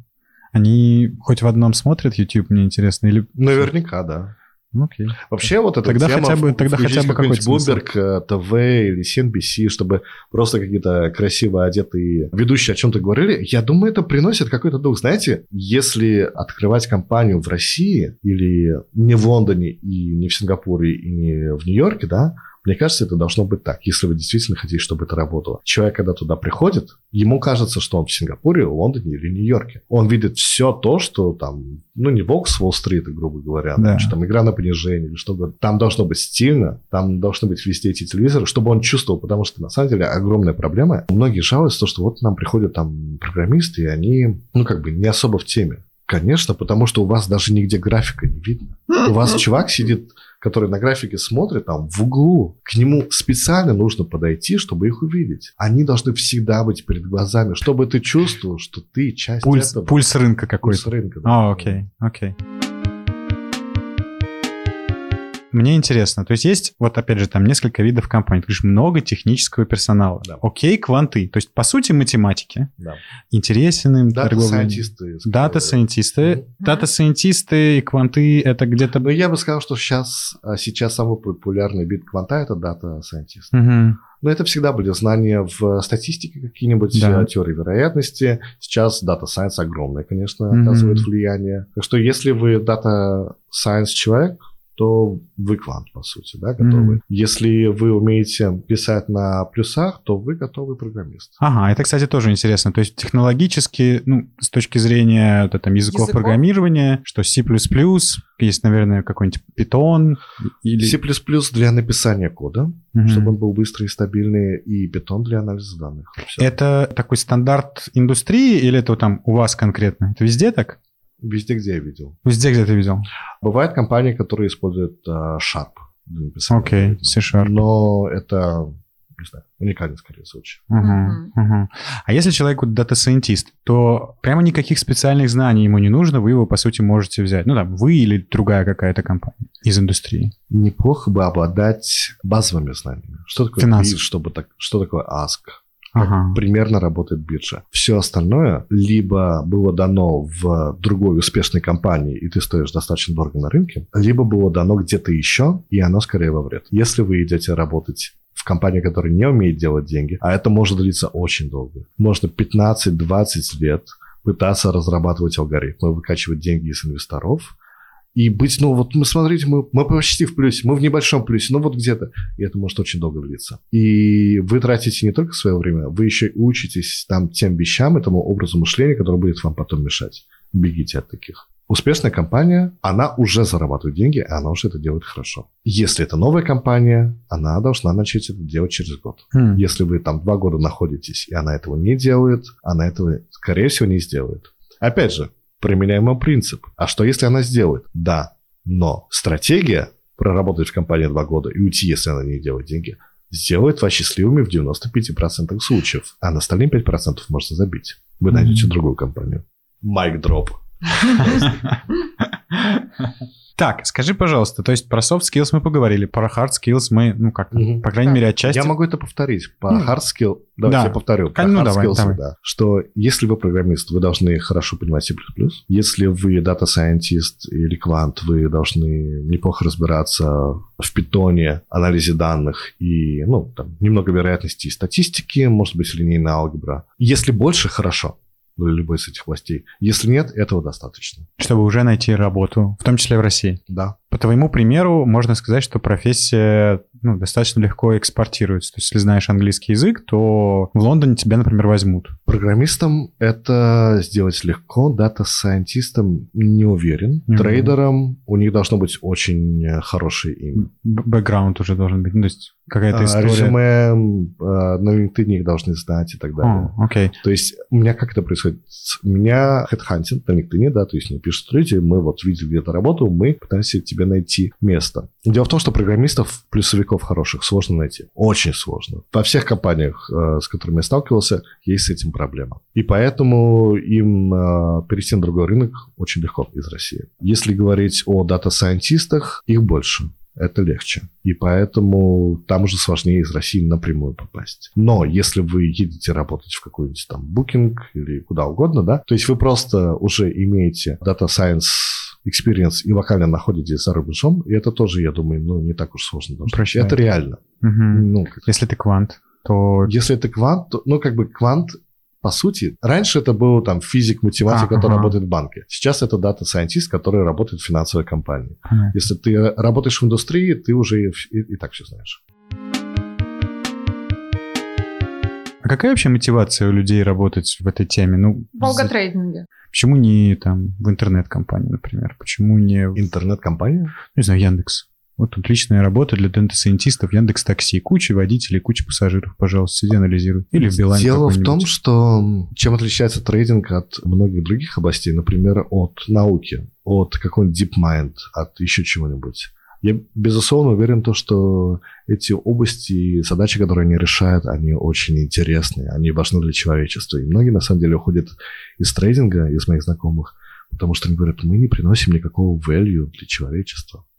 Они хоть в одном смотрят YouTube, мне интересно? Или... Наверняка, да. Окей. Вообще вот эта тогда тема, хотя бы, тогда хотя бы какой-то Bloomberg ти ви или си эн би си, чтобы просто какие-то красиво одетые ведущие о чем-то говорили, я думаю, это приносит какой-то дух. Знаете, если открывать компанию в России или не в Лондоне и не в Сингапуре и не в Нью-Йорке, да, мне кажется, это должно быть так, если вы действительно хотите, чтобы это работало. Человек, когда туда приходит, ему кажется, что он в Сингапуре, Лондоне или Нью-Йорке. Он видит все то, что там, ну, не Волк с Уолл-стрит, грубо говоря, да. Что там игра на понижение, или что-то. Там должно быть стильно, там должны быть везде эти телевизоры, чтобы он чувствовал, потому что, на самом деле, огромная проблема. Многие жалуются, то, что вот нам приходят там программисты, и они, ну, как бы не особо в теме. Конечно, потому что у вас даже нигде графика не видно. У вас чувак сидит, который на графике смотрит там в углу. К нему специально нужно подойти, чтобы их увидеть. Они должны всегда быть перед глазами, чтобы ты чувствовал, что ты часть пульс, этого. Пульс рынка какой-то. Пульс рынка, да. А, окей, окей. мне интересно. То есть есть, вот опять же, там несколько видов компаний. Ты говоришь, много технического персонала. Да. Окей, кванты. То есть, по сути, математики. Да. Интересен им торговля. Дата-сайентисты. Дата-сайентисты. Mm-hmm. Дата-сайентисты и кванты — это где-то... Ну, я бы сказал, что сейчас, сейчас самый популярный вид кванта — это дата-сайентист. Угу. Но это всегда были знания в статистике, какие-нибудь да. теории вероятности. Сейчас Data Science огромное, конечно, mm-hmm. оказывает влияние. Так что если вы Data Science человек, то вы квант, по сути, да, готовы. Mm-hmm. Если вы умеете писать на плюсах, то вы готовый программист. Ага, это, кстати, тоже интересно. То есть технологически, ну, с точки зрения вот, там, языков, языков программирования, что C++, есть, наверное, какой-нибудь Python или... C++ для написания кода, mm-hmm. чтобы он был быстрый и стабильный, и Python для анализа данных. Все. Это такой стандарт индустрии или это там у вас конкретно? Это везде так? Везде, где я видел. Везде, где ты видел? Бывают компании, которые используют uh, Sharp. Окей, okay, C-Sharp. Но это, не знаю, уникальный, скорее, случай. Uh-huh, uh-huh. А если человек дата-сайентист, то прямо никаких специальных знаний ему не нужно, вы его, по сути, можете взять. Ну, там, вы или другая какая-то компания из индустрии. Неплохо бы обладать базовыми знаниями. Что такое Финансы. бит, чтобы так, что такое аск? Ага. Примерно работает биржа. Все остальное либо было дано в другой успешной компании, и ты стоишь достаточно дорого на рынке, либо было дано где-то еще, и оно скорее во вред. Если вы идете работать в компании, которая не умеет делать деньги, а это может длиться очень долго, можно пятнадцать-двадцать лет пытаться разрабатывать алгоритмы, выкачивать деньги из инвесторов, и быть, ну вот мы, смотрите, мы, мы почти в плюсе, мы в небольшом плюсе, ну вот где-то. И это может очень долго длиться. И вы тратите не только свое время, вы еще и учитесь там тем вещам, этому образу мышления, который будет вам потом мешать. Бегите от таких. Успешная компания, она уже зарабатывает деньги, и она уже это делает хорошо. Если это новая компания, она должна начать это делать через год. Mm. Если вы там два года находитесь, и она этого не делает, она этого, скорее всего, не сделает. Опять же, применяемый принцип. А что, если она сделает? Да, но стратегия проработать в компании два года и уйти, если она не делает деньги, сделает вас счастливыми в девяноста пяти процентах случаев. А на остальные пять процентов можно забить. Вы найдете mm-hmm. другую компанию. Майк дроп. Так, скажи, пожалуйста, то есть про soft skills мы поговорили, про hard skills мы, ну как, mm-hmm. по крайней мере, отчасти... Я могу это повторить. По mm. hard skill... Давайте да. я повторю. По ну, hard давай, skills, давай. Да, что если вы программист, вы должны хорошо понимать C++. Если вы data scientist или квант, вы должны неплохо разбираться в питоне, анализе данных и, ну, там, немного вероятности и статистики, может быть, линейная алгебра. Если больше, хорошо. Для любой из этих властей. Если нет, этого достаточно. Чтобы уже найти работу, в том числе в России. Да. По твоему примеру, можно сказать, что профессия ну, достаточно легко экспортируется. То есть, если знаешь английский язык, то в Лондоне тебя, например, возьмут. Программистам это сделать легко, дата-сайентистам не уверен. Mm-hmm. Трейдерам у них должно быть очень хорошее имя. Бэкграунд уже должен быть, ну, то есть какая-то а, история. Резюме а, на LinkedIn их должны знать и так далее. Oh, okay. То есть у меня как это происходит? У меня headhunting на LinkedIn, да, то есть мне пишут люди, мы вот видели где-то работу, мы пытаемся тебе найти место. Дело в том, что программистов, плюсовиков хороших сложно найти. Очень сложно. Во всех компаниях, с которыми я сталкивался, есть с этим проблема. И поэтому им перейти на другой рынок очень легко из России. Если говорить о дата-сайентистах, их больше. Это легче. И поэтому там уже сложнее из России напрямую попасть. Но если вы едете работать в какой-нибудь там Booking или куда угодно, да, то есть вы просто уже имеете Data Science experience и локально находитесь за рубежом, и это тоже, я думаю, ну, не так уж сложно. Прощай. Это реально. Угу. Ну, как... Если ты квант, то... Если это квант, то, ну, как бы квант, по сути, раньше это был там физик, математик, а, который ага. работает в банке. Сейчас это дата-сайентист, который работает в финансовой компании. Ага. Если ты работаешь в индустрии, ты уже и, и, и так все знаешь. А какая вообще мотивация у людей работать в этой теме? Ну, в алготрейдинге. Почему не там в интернет-компании, например? Почему не... Интернет-компания? Не знаю, Яндекс. Вот тут личная работа для дата-сайентистов, Яндекс.Такси. Куча водителей, куча пассажиров, пожалуйста, сиди, анализируй. Или в Билайне. Дело в том, что чем отличается трейдинг от многих других областей, например, от науки, от какой-нибудь DeepMind, от еще чего-нибудь. Я, безусловно, уверен в том, что эти области и задачи, которые они решают, они очень интересные, они важны для человечества. И многие, на самом деле, уходят из трейдинга, из моих знакомых, потому что они говорят, мы не приносим никакого value для человечества.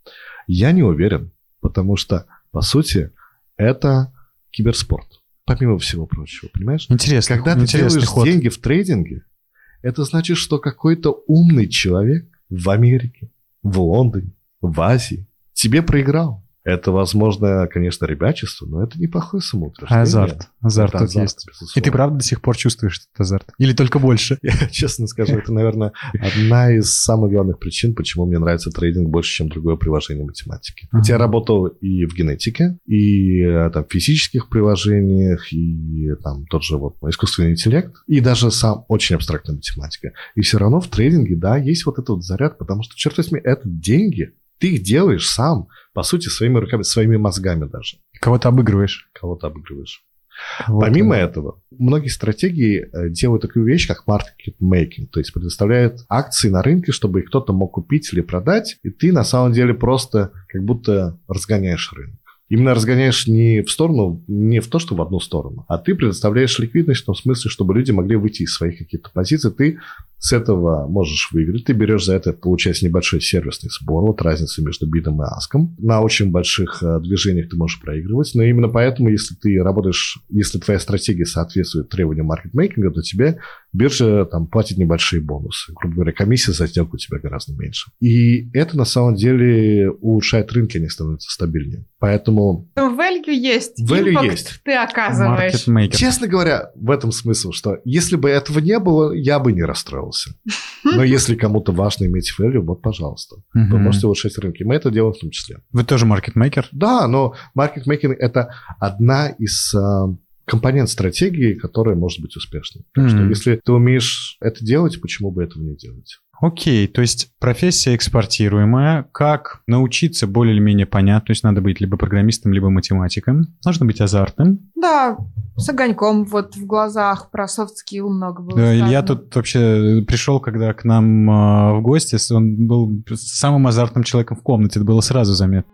Я не уверен, потому что, по сути, это киберспорт. Помимо всего прочего, понимаешь? Интересно. Когда ты делаешь ход. деньги в трейдинге, это значит, что какой-то умный человек в Америке, в Лондоне, в Азии тебе проиграл. Это, возможно, конечно, ребячество, но это неплохое самоутверждение. Азарт. Азарт тут азарт, есть. Безусловно. И ты правда до сих пор чувствуешь этот азарт? Или только больше? Я честно скажу, это, наверное, одна из самых главных причин, почему мне нравится трейдинг больше, чем другое приложение математики. Ведь я работал и в генетике, и там, в физических приложениях, и там тот же вот искусственный интеллект, и даже сам очень абстрактная математика. И все равно в трейдинге, да, есть вот этот вот заряд, потому что, черт возьми, это деньги. Ты их делаешь сам, по сути, своими руками, своими мозгами даже. Кого-то обыгрываешь. Кого-то обыгрываешь. Вот Помимо он. этого, многие стратегии делают такую вещь, как market making, то есть предоставляют акции на рынке, чтобы их кто-то мог купить или продать, и ты на самом деле просто как будто разгоняешь рынок. Именно разгоняешь не в сторону, не в то, что в одну сторону, а ты предоставляешь ликвидность в том смысле, чтобы люди могли выйти из своих каких-то позиций. Ты с этого можешь выиграть. Ты берешь за это, получается, небольшой сервисный сбор, вот разницу между бидом и аском. На очень больших э, движениях ты можешь проигрывать, но именно поэтому, если ты работаешь, если твоя стратегия соответствует требованиям маркетмейкинга, то тебе биржа там платит небольшие бонусы. Грубо говоря, комиссия за сделку у тебя гораздо меньше. И это на самом деле улучшает рынки, они становятся стабильнее. Поэтому... Value есть, value импакт есть. Ты оказываешь. Честно говоря, в этом смысл, что если бы этого не было, я бы не расстроился. Но если кому-то важно иметь value, вот, пожалуйста. Uh-huh. Вы можете улучшать рынки. Мы это делаем в том числе. Вы тоже маркетмейкер? Да, но маркетмейкинг – это одна из а, компонент стратегии, которая может быть успешной. Так uh-huh. что если ты умеешь это делать, почему бы этого не делать? Окей, то есть профессия экспортируемая. Как научиться более или менее понятно? То есть надо быть либо программистом, либо математиком. Нужно быть азартным. Да, с огоньком вот в глазах. Про soft skill много было Да, сказано. Илья тут вообще пришел, когда к нам э, в гости. Он был самым азартным человеком в комнате. Это было сразу заметно.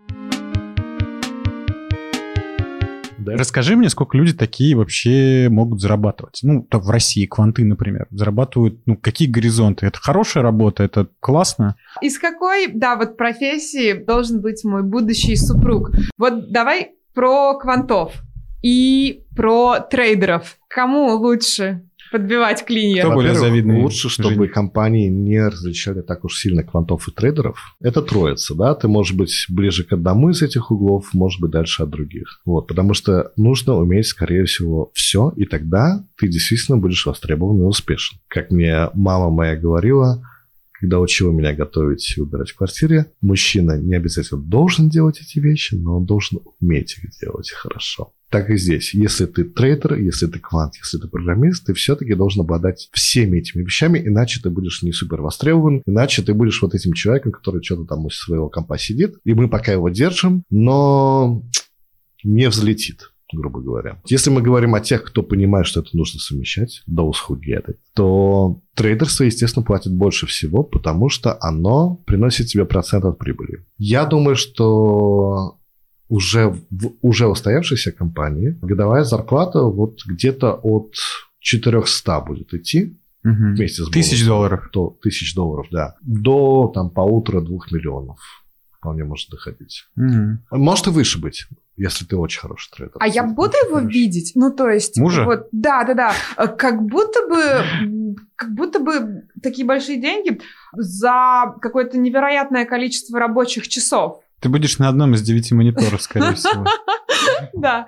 Да. Расскажи мне, сколько люди такие вообще могут зарабатывать. Ну, в России, кванты, например, зарабатывают, ну, какие горизонты? Это хорошая работа, это классно? Из какой, да, вот профессии должен быть мой будущий супруг? Вот давай про квантов и про трейдеров. Кому лучше подбивать клинья? Кто более завидный? Лучше, чтобы жених? компании не различали так уж сильно квантов и трейдеров. Это троица, да? Ты можешь быть ближе к одному из этих углов, может быть дальше от других. Вот, потому что нужно уметь, скорее всего, все, и тогда ты действительно будешь востребован и успешен. Как мне мама моя говорила, когда учила меня готовить и убирать в квартире, мужчина не обязательно должен делать эти вещи, но он должен уметь их делать хорошо. Так и здесь. Если ты трейдер, если ты квант, если ты программист, ты все-таки должен обладать всеми этими вещами, иначе ты будешь не супер востребован, иначе ты будешь вот этим человеком, который что-то там у своего компа сидит, и мы пока его держим, но не взлетит, грубо говоря. Если мы говорим о тех, кто понимает, что это нужно совмещать, those who get it, то трейдерство, естественно, платит больше всего, потому что оно приносит тебе процент от прибыли. Я думаю, что уже в уже устоявшейся компании годовая зарплата вот где-то от четыреста будет идти. Угу. Вместе с бонусом. Тысяч долларов. То, тысяч долларов, да. До там полутора-двух миллионов вполне может доходить. Угу. Может и выше быть, если ты очень хороший трейдер. А я буду его хороший. видеть? Ну, то есть... Мужа? Вот, да, да, да. Как будто бы... Как будто бы такие большие деньги за какое-то невероятное количество рабочих часов. Ты будешь на одном из девяти мониторов, скорее всего. Да.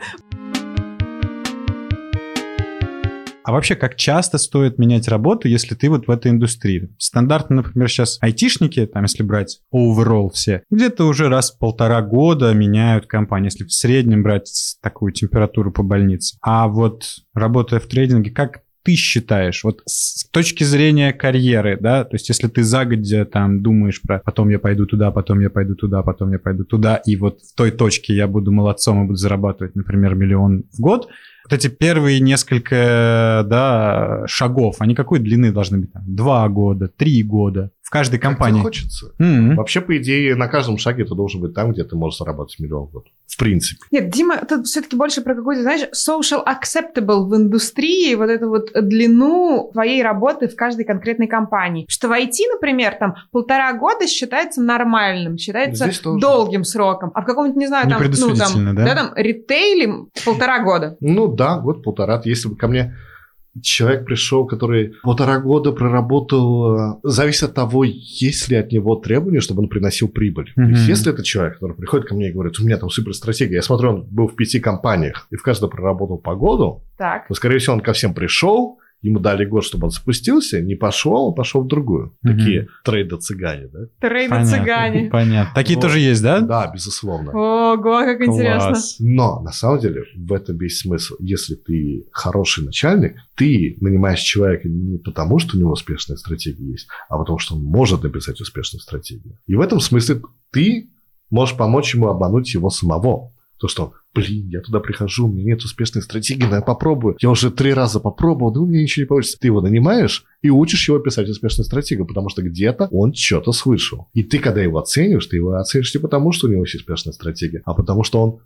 А вообще, как часто стоит менять работу, если ты вот в этой индустрии? Стандартно, например, сейчас айтишники, там, если брать overall все, где-то уже раз в полтора года меняют компанию, если в среднем брать такую температуру по больнице. А вот работая в трейдинге, как ты считаешь, вот с точки зрения карьеры, да, то есть если ты загодя там думаешь про потом я пойду туда, потом я пойду туда, потом я пойду туда, и вот в той точке я буду молодцом и буду зарабатывать, например, миллион в год, вот эти первые несколько, да, шагов, они какой длины должны быть? Там, два года, три года? в каждой Как компании. тебе хочется. Mm-hmm. Вообще, по идее, на каждом шаге ты должен быть там, где ты можешь заработать миллион в год. В принципе. Нет, Дима, тут все-таки больше про какую-то, знаешь, social acceptable в индустрии, вот эту вот длину твоей работы в каждой конкретной компании. Что в ай ти, например, там полтора года считается нормальным, считается долгим сроком. А в каком-нибудь, не знаю, там, ну, там, да? да, там, ритейле полтора года. Ну да, год-полтора. Если бы ко мне человек пришел, который полтора года проработал, зависит от того, есть ли от него требования, чтобы он приносил прибыль. Mm-hmm. То есть, если это человек, который приходит ко мне и говорит, у меня там суперстратегия, я смотрю, он был в пяти компаниях и в каждой проработал по году, так. то, скорее всего, он ко всем пришел, ему дали год, чтобы он запустился, не пошел, он пошел в другую. Mm-hmm. Такие трейдер-цыгане, да? Трейдер-цыгане. Понятно. Такие вот. Тоже есть, да? Да, безусловно. Ого, как Класс. Интересно. Но, на самом деле, в этом весь смысл. Если ты хороший начальник, ты нанимаешь человека не потому, что у него успешная стратегия есть, а потому, что он может написать успешную стратегию. И в этом смысле ты можешь помочь ему обмануть его самого. То, что, блин, я туда прихожу, у меня нет успешной стратегии, но я попробую. Я уже три раза попробовал, да у меня ничего не получится. Ты его нанимаешь и учишь его писать успешную стратегию, потому что где-то он что-то слышал. И ты, когда его оцениваешь, ты его оценишь не потому, что у него есть успешная стратегия, а потому, что он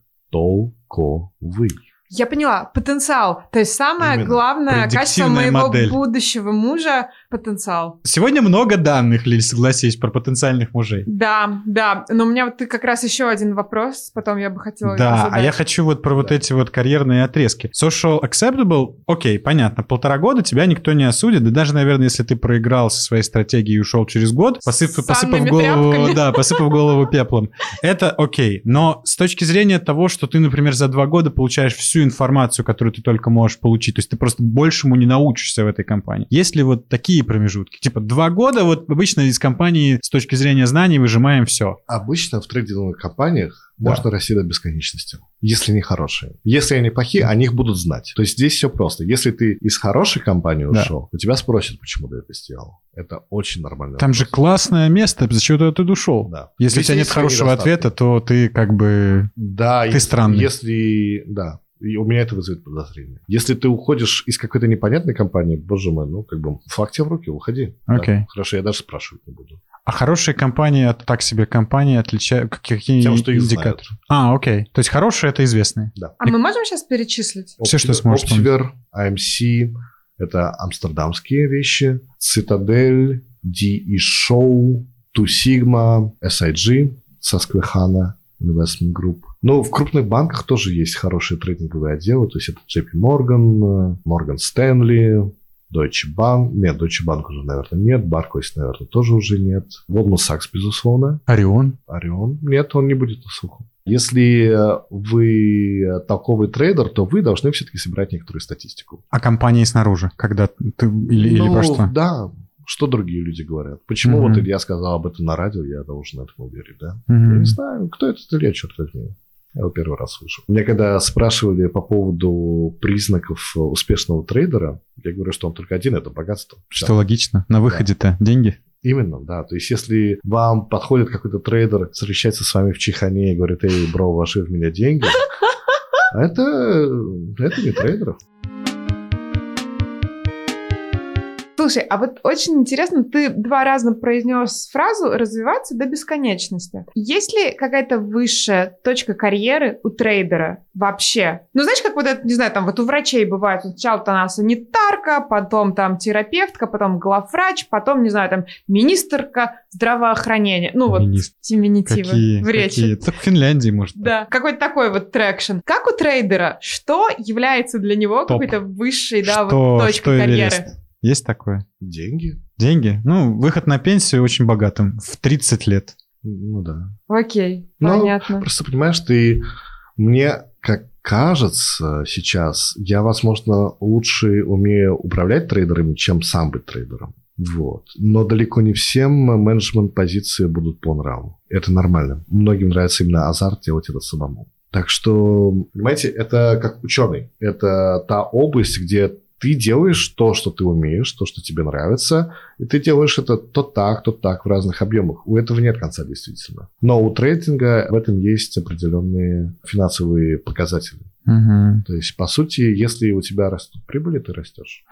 толковый. Я поняла. Потенциал. То есть самое Именно. Главное качество моего модель. Будущего мужа – потенциал. Сегодня много данных, Лиль, согласись, про потенциальных мужей. Да, да. Но у меня вот как раз еще один вопрос, потом я бы хотела Да, задать. а я хочу вот про да. вот эти вот карьерные отрезки. Social acceptable, окей, понятно. Полтора года тебя никто не осудит. Да даже, наверное, если ты проиграл со своей стратегией и ушел через год, посып, посыпав голову, да, посыпав голову пеплом, это окей. Но с точки зрения того, что ты, например, за два года получаешь всю информацию, которую ты только можешь получить. То есть ты просто большему не научишься в этой компании. Есть ли вот такие промежутки? Типа два года, вот обычно из компании с точки зрения знаний выжимаем все. Обычно в трейдинговых компаниях да. можно расти до бесконечности, если они хорошие. Если они плохие, о них будут знать. То есть здесь все просто. Если ты из хорошей компании ушел, да. то тебя спросят, почему ты это сделал. Это очень нормально. Там вопрос. Же классное место, зачем ты туда ушел? Да. Если Везде у тебя нет хорошего ответа, то ты как бы... Да, ты если, странный. Если... Да. И у меня это вызывает подозрение. Если ты уходишь из какой-то непонятной компании, боже мой, ну, как бы, флаг тебе в руки, уходи. Окей. Да? Хорошо, я даже спрашивать не буду. А хорошие компании от так себе компании отличают... Какие Тем, что их индикаторы? знают. А, окей. То есть хорошие — это известные. Да. А И... мы можем сейчас перечислить? Все, Optiver, что сможешь. Optiver, эй эм си, это амстердамские вещи, Citadel, ди и Show, Two Sigma, эс ай джи, Susquehanna Investment Group. Но в крупных банках тоже есть хорошие трейдинговые отделы. То есть это джей пи Morgan, Morgan Stanley, Deutsche Bank. Нет, Deutsche Bank уже, наверное, нет. Barclays, наверное, тоже уже нет. Goldman Sachs, безусловно. Орион? Орион. Нет, он не будет на слуху. Если вы толковый трейдер, то вы должны все-таки собирать некоторую статистику. А компании снаружи? Когда ты... Или, ну, или во что? Да. Что другие люди говорят? Почему mm-hmm. вот Илья сказал об этом на радио, я должен этому верить, да? Mm-hmm. Я не знаю, кто этот Илья, черт возьми. Я его первый раз слышу. Меня когда спрашивали по поводу признаков успешного трейдера, я говорю, что он только один, это богатство. Что Все. Логично. На выходе-то да. деньги. Именно, да. То есть, если вам подходит какой-то трейдер, встречается с вами в чайхане и говорит, эй, бро, вложи в меня деньги, это, это не трейдеров. Слушай, а вот очень интересно, ты два раза произнес фразу «развиваться до бесконечности». Есть ли какая-то высшая точка карьеры у трейдера вообще? Ну, знаешь, как вот это, не знаю, там вот у врачей бывает, сначала-то она санитарка, потом там терапевтка, потом главврач, потом, не знаю, там министрка здравоохранения. Ну, вот феминитивы какие, в речи. Какие? Так в Финляндии, может. Да, так. Какой-то такой вот трекшн. Как у трейдера? Что является для него Топ. Какой-то высшей, да, что, вот точкой что карьеры? Эверест? Есть такое? Деньги. Деньги? Ну, выход на пенсию очень богатым. В тридцать лет. Ну да. Окей, ну, понятно. Просто понимаешь, ты... Мне, как кажется сейчас, я, возможно, лучше умею управлять трейдерами, чем сам быть трейдером. Вот. Но далеко не всем менеджмент-позиции будут по нраву. Это нормально. Многим нравится именно азарт делать это самому. Так что, понимаете, это как ученый. Это та область, где ты делаешь то, что ты умеешь, то, что тебе нравится, и ты делаешь это то так, то так в разных объемах. У этого нет конца, действительно. Но у трейдинга в этом есть определенные финансовые показатели. Угу. То есть, по сути, если у тебя растут прибыли, ты растешь.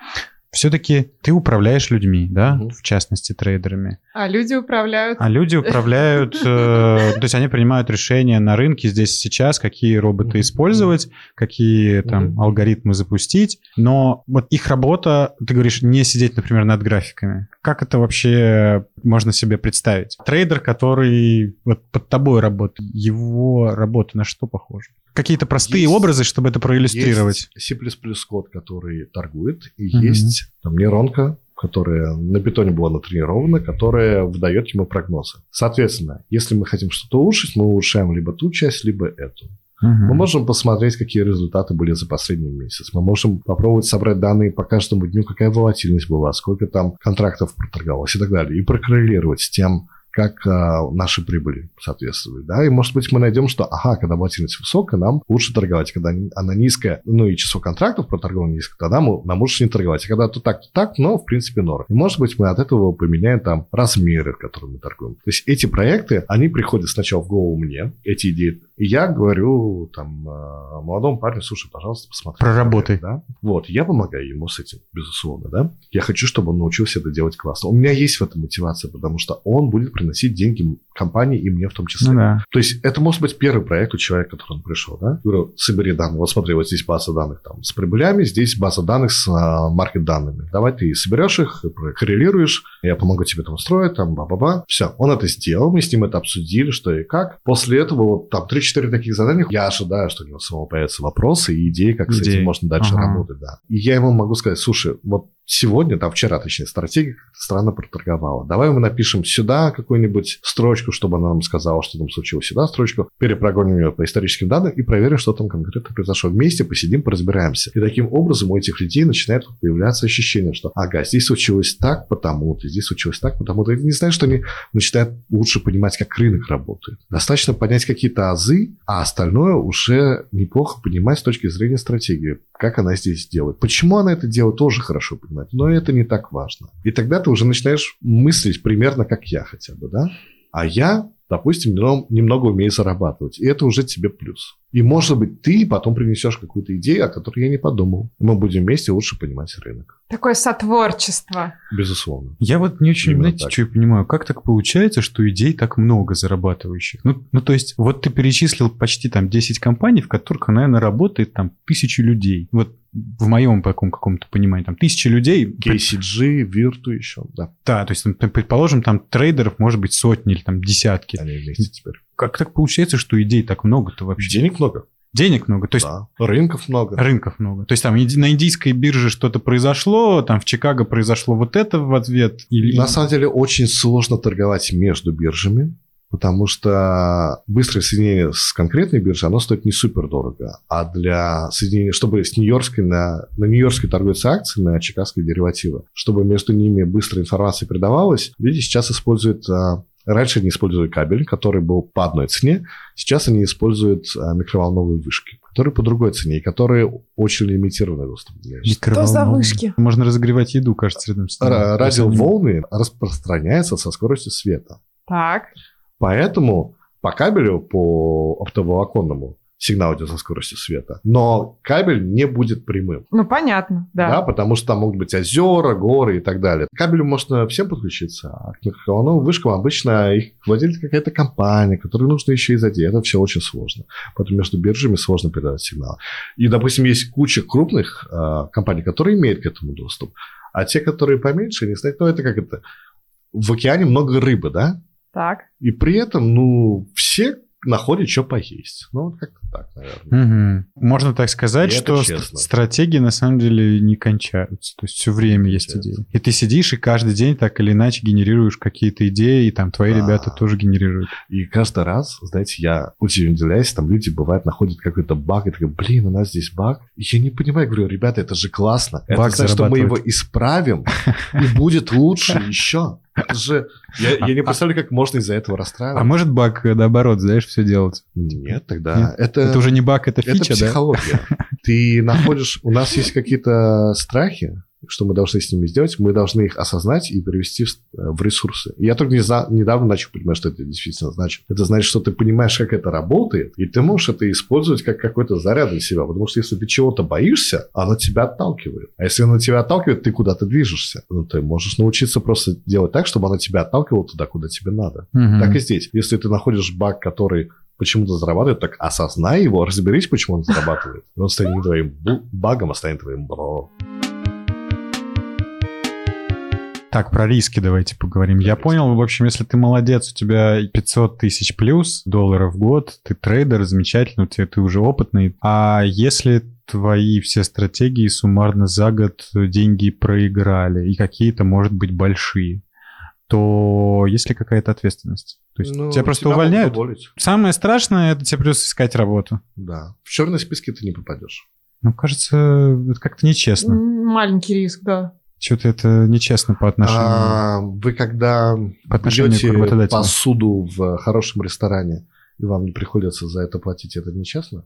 Все-таки ты управляешь людьми, да, угу. в частности, трейдерами. А люди управляют... А люди управляют... Э, то есть они принимают решения на рынке здесь сейчас, какие роботы использовать, какие там угу. алгоритмы запустить. Но вот их работа, ты говоришь, не сидеть, например, над графиками. Как это вообще можно себе представить? Трейдер, который вот под тобой работает, его работа на что похожа? Какие-то простые есть, образы, чтобы это проиллюстрировать. Есть C++ код, который торгует, и mm-hmm. есть там нейронка, которая на питоне была натренирована, которая выдает ему прогнозы. Соответственно, если мы хотим что-то улучшить, мы улучшаем либо ту часть, либо эту. Uh-huh. Мы можем посмотреть, какие результаты были за последний месяц. Мы можем попробовать собрать данные по каждому дню, какая волатильность была, сколько там контрактов проторговалось и так далее. И прокоррелировать с тем, как а, наши прибыли соответствуют, да, и, может быть, мы найдем, что, ага, когда волатильность высокая, нам лучше торговать, когда она низкая, ну, и число контрактов проторговано низко, тогда мы, нам лучше не торговать, а когда то так, то так, но, в принципе, норм. И, может быть, мы от этого поменяем там размеры, в которых мы торгуем. То есть эти проекты, они приходят сначала в голову мне, эти идеи, и я говорю там молодому парню, слушай, пожалуйста, посмотри. Проработай. Да? Вот, я помогаю ему с этим, безусловно, да. Я хочу, чтобы он научился это делать классно. У меня есть в этом мотивация, потому что он будет приносить деньги компании и мне в том числе. Ну, да. То есть это может быть первый проект у человека, который он пришел, да. Я говорю, собери данные. Вот смотри, вот здесь база данных там с прибылями, здесь база данных с а, маркет-данными. Давай ты соберешь их, коррелируешь, я помогу тебе это устроить, там, ба-ба-ба. Все, он это сделал, мы с ним это обсудили, что и как. После этого вот там три-четыре таких задания, я ожидаю, что у него самого появятся вопросы и идеи, как идеи. С этим можно дальше ага. работать, да. И я ему могу сказать, слушай, вот сегодня, там вчера, точнее, стратегия странно проторговала. Давай мы напишем сюда какую-нибудь строчку, чтобы она нам сказала, что там случилось, сюда строчку, перепрогоним ее по историческим данным и проверим, что там конкретно произошло. Вместе посидим, поразбираемся. И таким образом у этих людей начинает появляться ощущение, что ага, здесь случилось так, потому-то, здесь случилось так, потому-то. И не знаю, что они начинают лучше понимать, как рынок работает. Достаточно понять какие-то азы, а остальное уже неплохо понимать с точки зрения стратегии. Как она здесь делает. Почему она это делает, тоже хорошо понимать. Но это не так важно. И тогда ты уже начинаешь мыслить примерно как я хотя бы, да? А я, допустим, немного умею зарабатывать. И это уже тебе плюс. И, может быть, ты потом принесешь какую-то идею, о которой я не подумал. Мы будем вместе лучше понимать рынок. Такое сотворчество. Безусловно. Я вот не очень, Именно знаете, так. что я понимаю. Как так получается, что идей так много зарабатывающих? Ну, ну, то есть, вот ты перечислил почти там десять компаний, в которых, наверное, работает там тысячи людей. Вот в моем таком каком-то понимании, там тысячи людей. кей си джи, Virtu еще, да. Да, то есть, предположим, там трейдеров может быть сотни или там десятки. Они вместе теперь. Как так получается, что идей так много-то вообще? Денег много. Денег много, то есть... Да. Рынков много. Рынков много. То есть там на индийской бирже что-то произошло, там в Чикаго произошло вот это в ответ. Или... На самом деле очень сложно торговать между биржами, потому что быстрое соединение с конкретной биржей, оно стоит не супер дорого. А для соединения, чтобы с Нью-Йоркской на, на Нью-Йоркской торгуются акции, на чикагской деривативы, чтобы между ними быстрая информация передавалась, люди сейчас используют... Раньше они использовали кабель, который был по одной цене. Сейчас они используют а, микроволновые вышки, которые по другой цене, и которые очень лимитированный доступ. Что за вышки? Можно разогревать еду, кажется, рядом с ним. Радиоволны распространяются со скоростью света. Так. Поэтому по кабелю, по оптоволоконному, сигнал идет со скоростью света. Но кабель не будет прямым. Ну, понятно, да. Да, потому что там могут быть озера, горы и так далее. К кабелю можно всем подключиться, а к микроволновым вышкам обычно их владелит какая-то компания, которой нужно еще и задеть. Это все очень сложно. Поэтому между биржами сложно передавать сигнал. И, допустим, есть куча крупных э, компаний, которые имеют к этому доступ. А те, которые поменьше, не знаю, ну, это как это... В океане много рыбы, да? Так. И при этом, ну, все находят, что поесть. Ну, вот как-то так, наверное. Угу. Можно так сказать, и что стратегии на самом деле не кончаются. То есть все время есть идеи. И ты сидишь и каждый день так или иначе генерируешь какие-то идеи, и там твои а, ребята тоже генерируют. И каждый раз, знаете, я очень удивляюсь, там люди, бывает, находят какой-то баг, и такой, блин, у нас здесь баг. И я не понимаю, говорю, ребята, это же классно. Это значит, что мы его исправим, и будет лучше еще. Это же... Я, я не представляю, как можно из-за этого расстраиваться. А может баг, наоборот, знаешь, все делать? Нет, тогда... Нет? Это, это уже не баг, это фича, это психология. Да? Ты находишь... У нас есть какие-то страхи, что мы должны с ними сделать, мы должны их осознать и перевести в, в ресурсы. И я только не за, недавно начал понимать, что это действительно значит. Это значит, что ты понимаешь, как это работает, и ты можешь это использовать как какой-то заряд для себя. Потому что если ты чего-то боишься, оно тебя отталкивает. А если оно тебя отталкивает, ты куда-то движешься. Ну, ты можешь научиться просто делать так, чтобы оно тебя отталкивало туда, куда тебе надо. Mm-hmm. Так и здесь. Если ты находишь баг, который почему-то зарабатывает, так осознай его, разберись, почему он зарабатывает. И он станет не твоим багом, а станет твоим бро. Так, про риски давайте поговорим. Я понял, в общем, если ты молодец, у тебя пятьсот тысяч плюс долларов в год, ты трейдер, замечательно, ты, ты уже опытный. А если твои все стратегии суммарно за год деньги проиграли, и какие-то, может быть, большие, то есть ли какая-то ответственность? То есть ну, тебя просто тебя увольняют? Самое страшное — это тебе придется искать работу. Да. В черный списке ты не попадешь. Ну, кажется, это как-то нечестно. Маленький риск, да. Что-то это нечестно по отношению... А, вы когда по берете посуду в хорошем ресторане, и вам не приходится за это платить, это нечестно?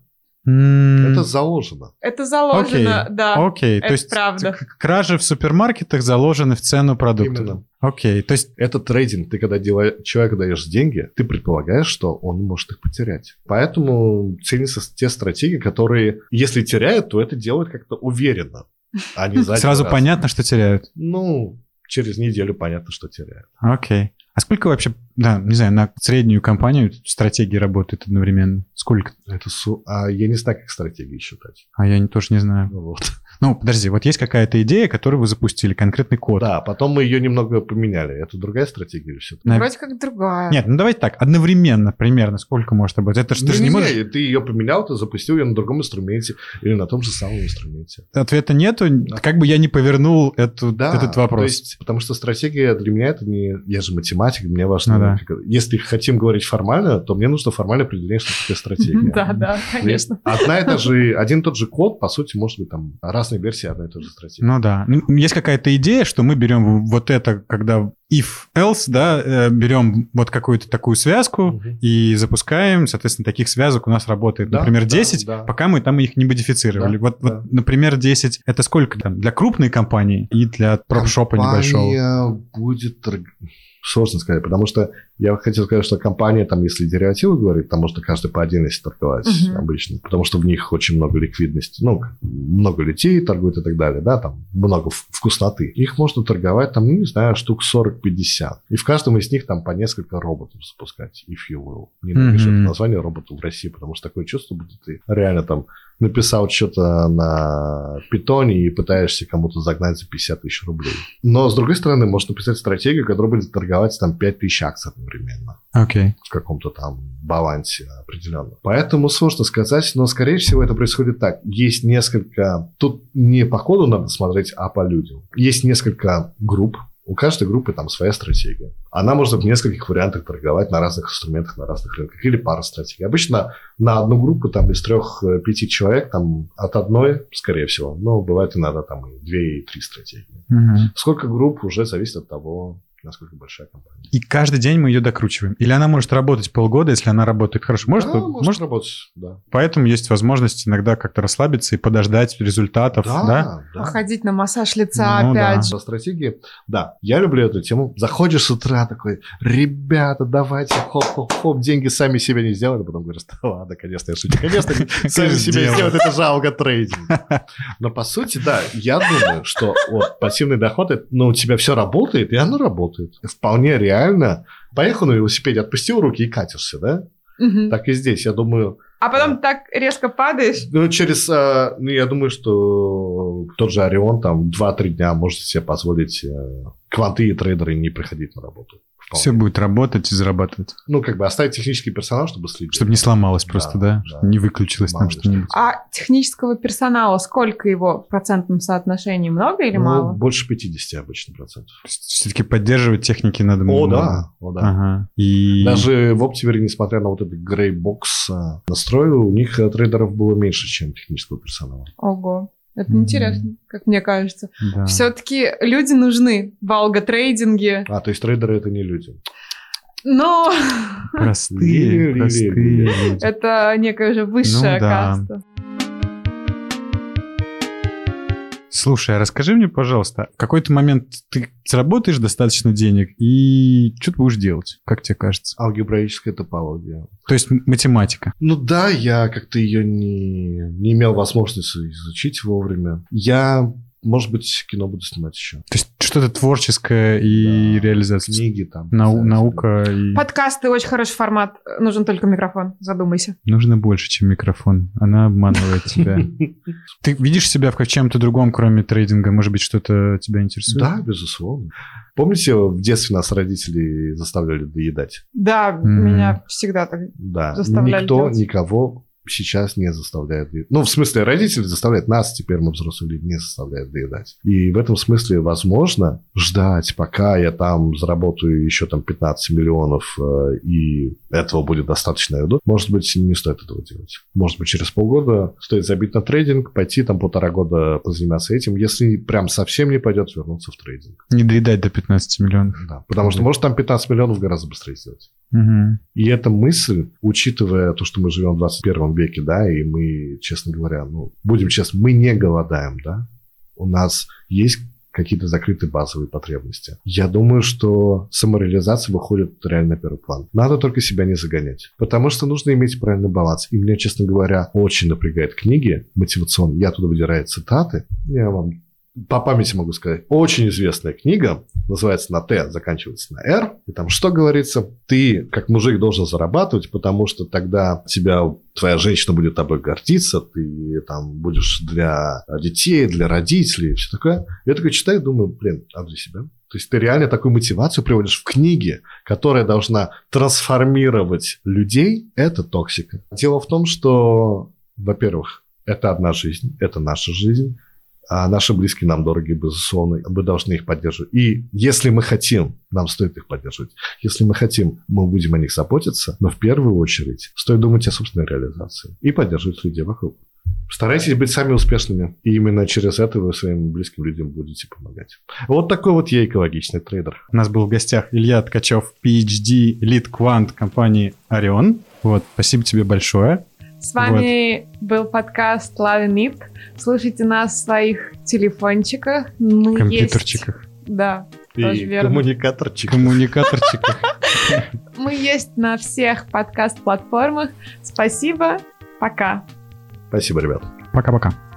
Mm. Это заложено. Это заложено, okay. да. Окей, okay. То есть правда. Кражи в супермаркетах заложены в цену продукта. Именно. Окей, okay. То есть... Это трейдинг. Ты когда делаешь, человеку даешь деньги, ты предполагаешь, что он может их потерять. Поэтому ценятся те стратегии, которые, если теряют, то это делают как-то уверенно. А не Сразу раз. Понятно, что теряют. Ну, через неделю понятно, что теряют. Окей. Okay. А сколько вообще, да, не знаю, на среднюю компанию стратегии работает одновременно? Сколько? Это су... а я не знаю, как стратегии считать. А я тоже не знаю. Ну, вот. Ну, подожди, вот есть какая-то идея, которую вы запустили, конкретный код. Да, потом мы ее немного поменяли. Это другая стратегия или все-таки? На... Вроде как другая. Нет, ну давайте так, одновременно примерно сколько может быть? Это же ты же не можешь... Ты ее поменял, ты запустил ее на другом инструменте или на том же самом инструменте. Ответа нету, да. Как бы я не повернул эту, да, этот вопрос. То есть, потому что стратегия для меня это не... Я же математик, мне важно... Ну, да. как... Если хотим говорить формально, то мне нужно формальное определение, что такое стратегия. Да, да, конечно. Одна и та же... Один и тот же код, по сути, может быть, там разные версии одной и той же стратегии. Ну да. Есть какая-то идея, что мы берем вот это, когда if-else, да, берем вот какую-то такую связку угу. и запускаем, соответственно, таких связок у нас работает, да, например, десять, да, да. пока мы там их не модифицировали. Да, вот, да. вот, например, десять, это сколько там для крупной компании и для промшопа небольшого? Компания будет... Сложно сказать, потому что я хотел сказать, что компания, там, если деривативы говорить, там можно каждый по отдельности торговать uh-huh. обычно, потому что в них очень много ликвидности, ну, много людей торгуют и так далее, да, там много вкусноты. Их можно торговать, там, ну, не знаю, штук сорок-пятьдесят. И в каждом из них там по несколько роботов запускать, if you will. Не напишу uh-huh. название робота в России, потому что такое чувство будет, ты реально там написал что-то на питоне и пытаешься кому-то загнать за пятьдесят тысяч рублей. Но, с другой стороны, можно написать стратегию, которая будет торговать там пять тысяч акций одновременно. Окей. Okay. В каком-то там балансе определенном. Поэтому сложно сказать, но, скорее всего, это происходит так. Есть несколько... Тут не по ходу надо смотреть, а по людям. Есть несколько групп. У каждой группы там своя стратегия. Она может в нескольких вариантах торговать на разных инструментах, на разных рынках. Или пара стратегий. Обычно на одну группу там из трех-пяти человек там от одной, скорее всего. Но бывает иногда там и две, и три стратегии. Угу. Сколько групп уже зависит от того, насколько большая компания. И каждый день мы ее докручиваем. Или она может работать полгода, если она работает хорошо. Может, да, может, может работать, да. Поэтому есть возможность иногда как-то расслабиться и подождать результатов, да? да? да. Походить на массаж лица ну, да. опять же. По стратегии, да. Я люблю эту тему. Заходишь с утра такой, ребята, давайте, хоп-хоп-хоп, деньги сами себе не сделали. Потом говоришь, да ладно, конечно, я шучу. Конечно, сами себе сделать, это же алготрейдинг. Но по сути, да, я думаю, что пассивный доход, ну, у тебя все работает, и оно работает. Вполне реально. Поехал на велосипеде, отпустил руки и катишься, да? Угу. Так и здесь, я думаю... А потом а, так резко падаешь? Ну, через... А, ну, я думаю, что тот же Орион там два-три дня может себе позволить а, кванты и трейдеры не приходить на работу. Вполне. Все будет работать и зарабатывать. Ну, как бы оставить технический персонал, чтобы следить. Чтобы не сломалось просто, да? да? да. Не выключилось там что-нибудь. А технического персонала, сколько его в процентном соотношении? Много или ну, мало? Больше пятьдесят обычно процентов. Все-таки поддерживать техники надо много. О, много. да. О, да. Ага. И... Даже в Optiver, несмотря на вот этот грей-бокс настрой, у них трейдеров было меньше, чем технического персонала. Ого. Это mm-hmm. интересно, как мне кажется. Да. Все-таки люди нужны в алготрейдинге. А, то есть трейдеры — это не люди. Но... Простые, простые люди. Это некая же высшая ну, да. каста. Слушай, а расскажи мне, пожалуйста, в какой-то момент ты заработаешь достаточно денег, и что ты будешь делать, как тебе кажется? Алгебраическая топология. То есть математика. Ну да, я как-то ее не, не имел возможности изучить вовремя. Я, может быть, кино буду снимать еще. То есть что-то творческое и Да. реализация. Книги там. Нау- наука и... Подкасты очень хороший формат. Нужен только микрофон. Задумайся. Нужно больше, чем микрофон. Она обманывает тебя. Ты видишь себя в чем-то другом, кроме трейдинга? Может быть, что-то тебя интересует? Да, безусловно. Помните, в детстве нас родители заставляли доедать? Да, М. меня всегда так Да. заставляли Никто делать. никого сейчас не заставляет доедать. Ну, в смысле, родители заставляют нас, теперь мы взрослые люди, не заставляют доедать. И в этом смысле, возможно, ждать, пока я там заработаю еще там пятнадцать миллионов, э, и этого будет достаточно, я думаю, может быть, не стоит этого делать. Может быть, через полгода стоит забить на трейдинг, пойти там полтора года позаниматься этим. Если прям совсем не пойдет, вернуться в трейдинг. Не доедать до пятнадцати миллионов. Да. Потому что, может, там пятнадцать миллионов гораздо быстрее сделать. Угу. И эта мысль, учитывая то, что мы живем в двадцать первом веке, да, и мы, честно говоря, ну, будем честны, мы не голодаем, да, у нас есть какие-то закрытые базовые потребности. Я думаю, что самореализация выходит реально на первый план. Надо только себя не загонять, потому что нужно иметь правильный баланс. И меня, честно говоря, очень напрягает книги мотивационные. Я туда выдираю цитаты. Я вам по памяти могу сказать. Очень известная книга, называется на Т, заканчивается на Р. И там что говорится? Ты, как мужик, должен зарабатывать, потому что тогда тебя, твоя женщина будет тобой гордиться, ты там будешь для детей, для родителей и все такое. Я такой читаю и думаю, блин, а для себя? То есть ты реально такую мотивацию приводишь в книге, которая должна трансформировать людей. Это токсика. Дело в том, что, во-первых, это одна жизнь, это наша жизнь. А наши близкие нам дорогие, безусловно, мы должны их поддерживать. И если мы хотим, нам стоит их поддерживать. Если мы хотим, мы будем о них заботиться, но в первую очередь стоит думать о собственной реализации и поддерживать людей вокруг. Старайтесь быть сами успешными, и именно через это вы своим близким людям будете помогать. Вот такой вот я экологичный трейдер. У нас был в гостях Илья Ткачев, пи эйч ди, лид-квант компании Orion. Вот, спасибо тебе большое. С вами вот. был подкаст Loving It. Слушайте нас в своих телефончиках. Мы компьютерчиках. Есть... Да, и тоже верно. коммуникаторчиках. Коммуникаторчиках. Мы есть на всех подкаст-платформах. Спасибо. Пока. Спасибо, ребят. Пока-пока.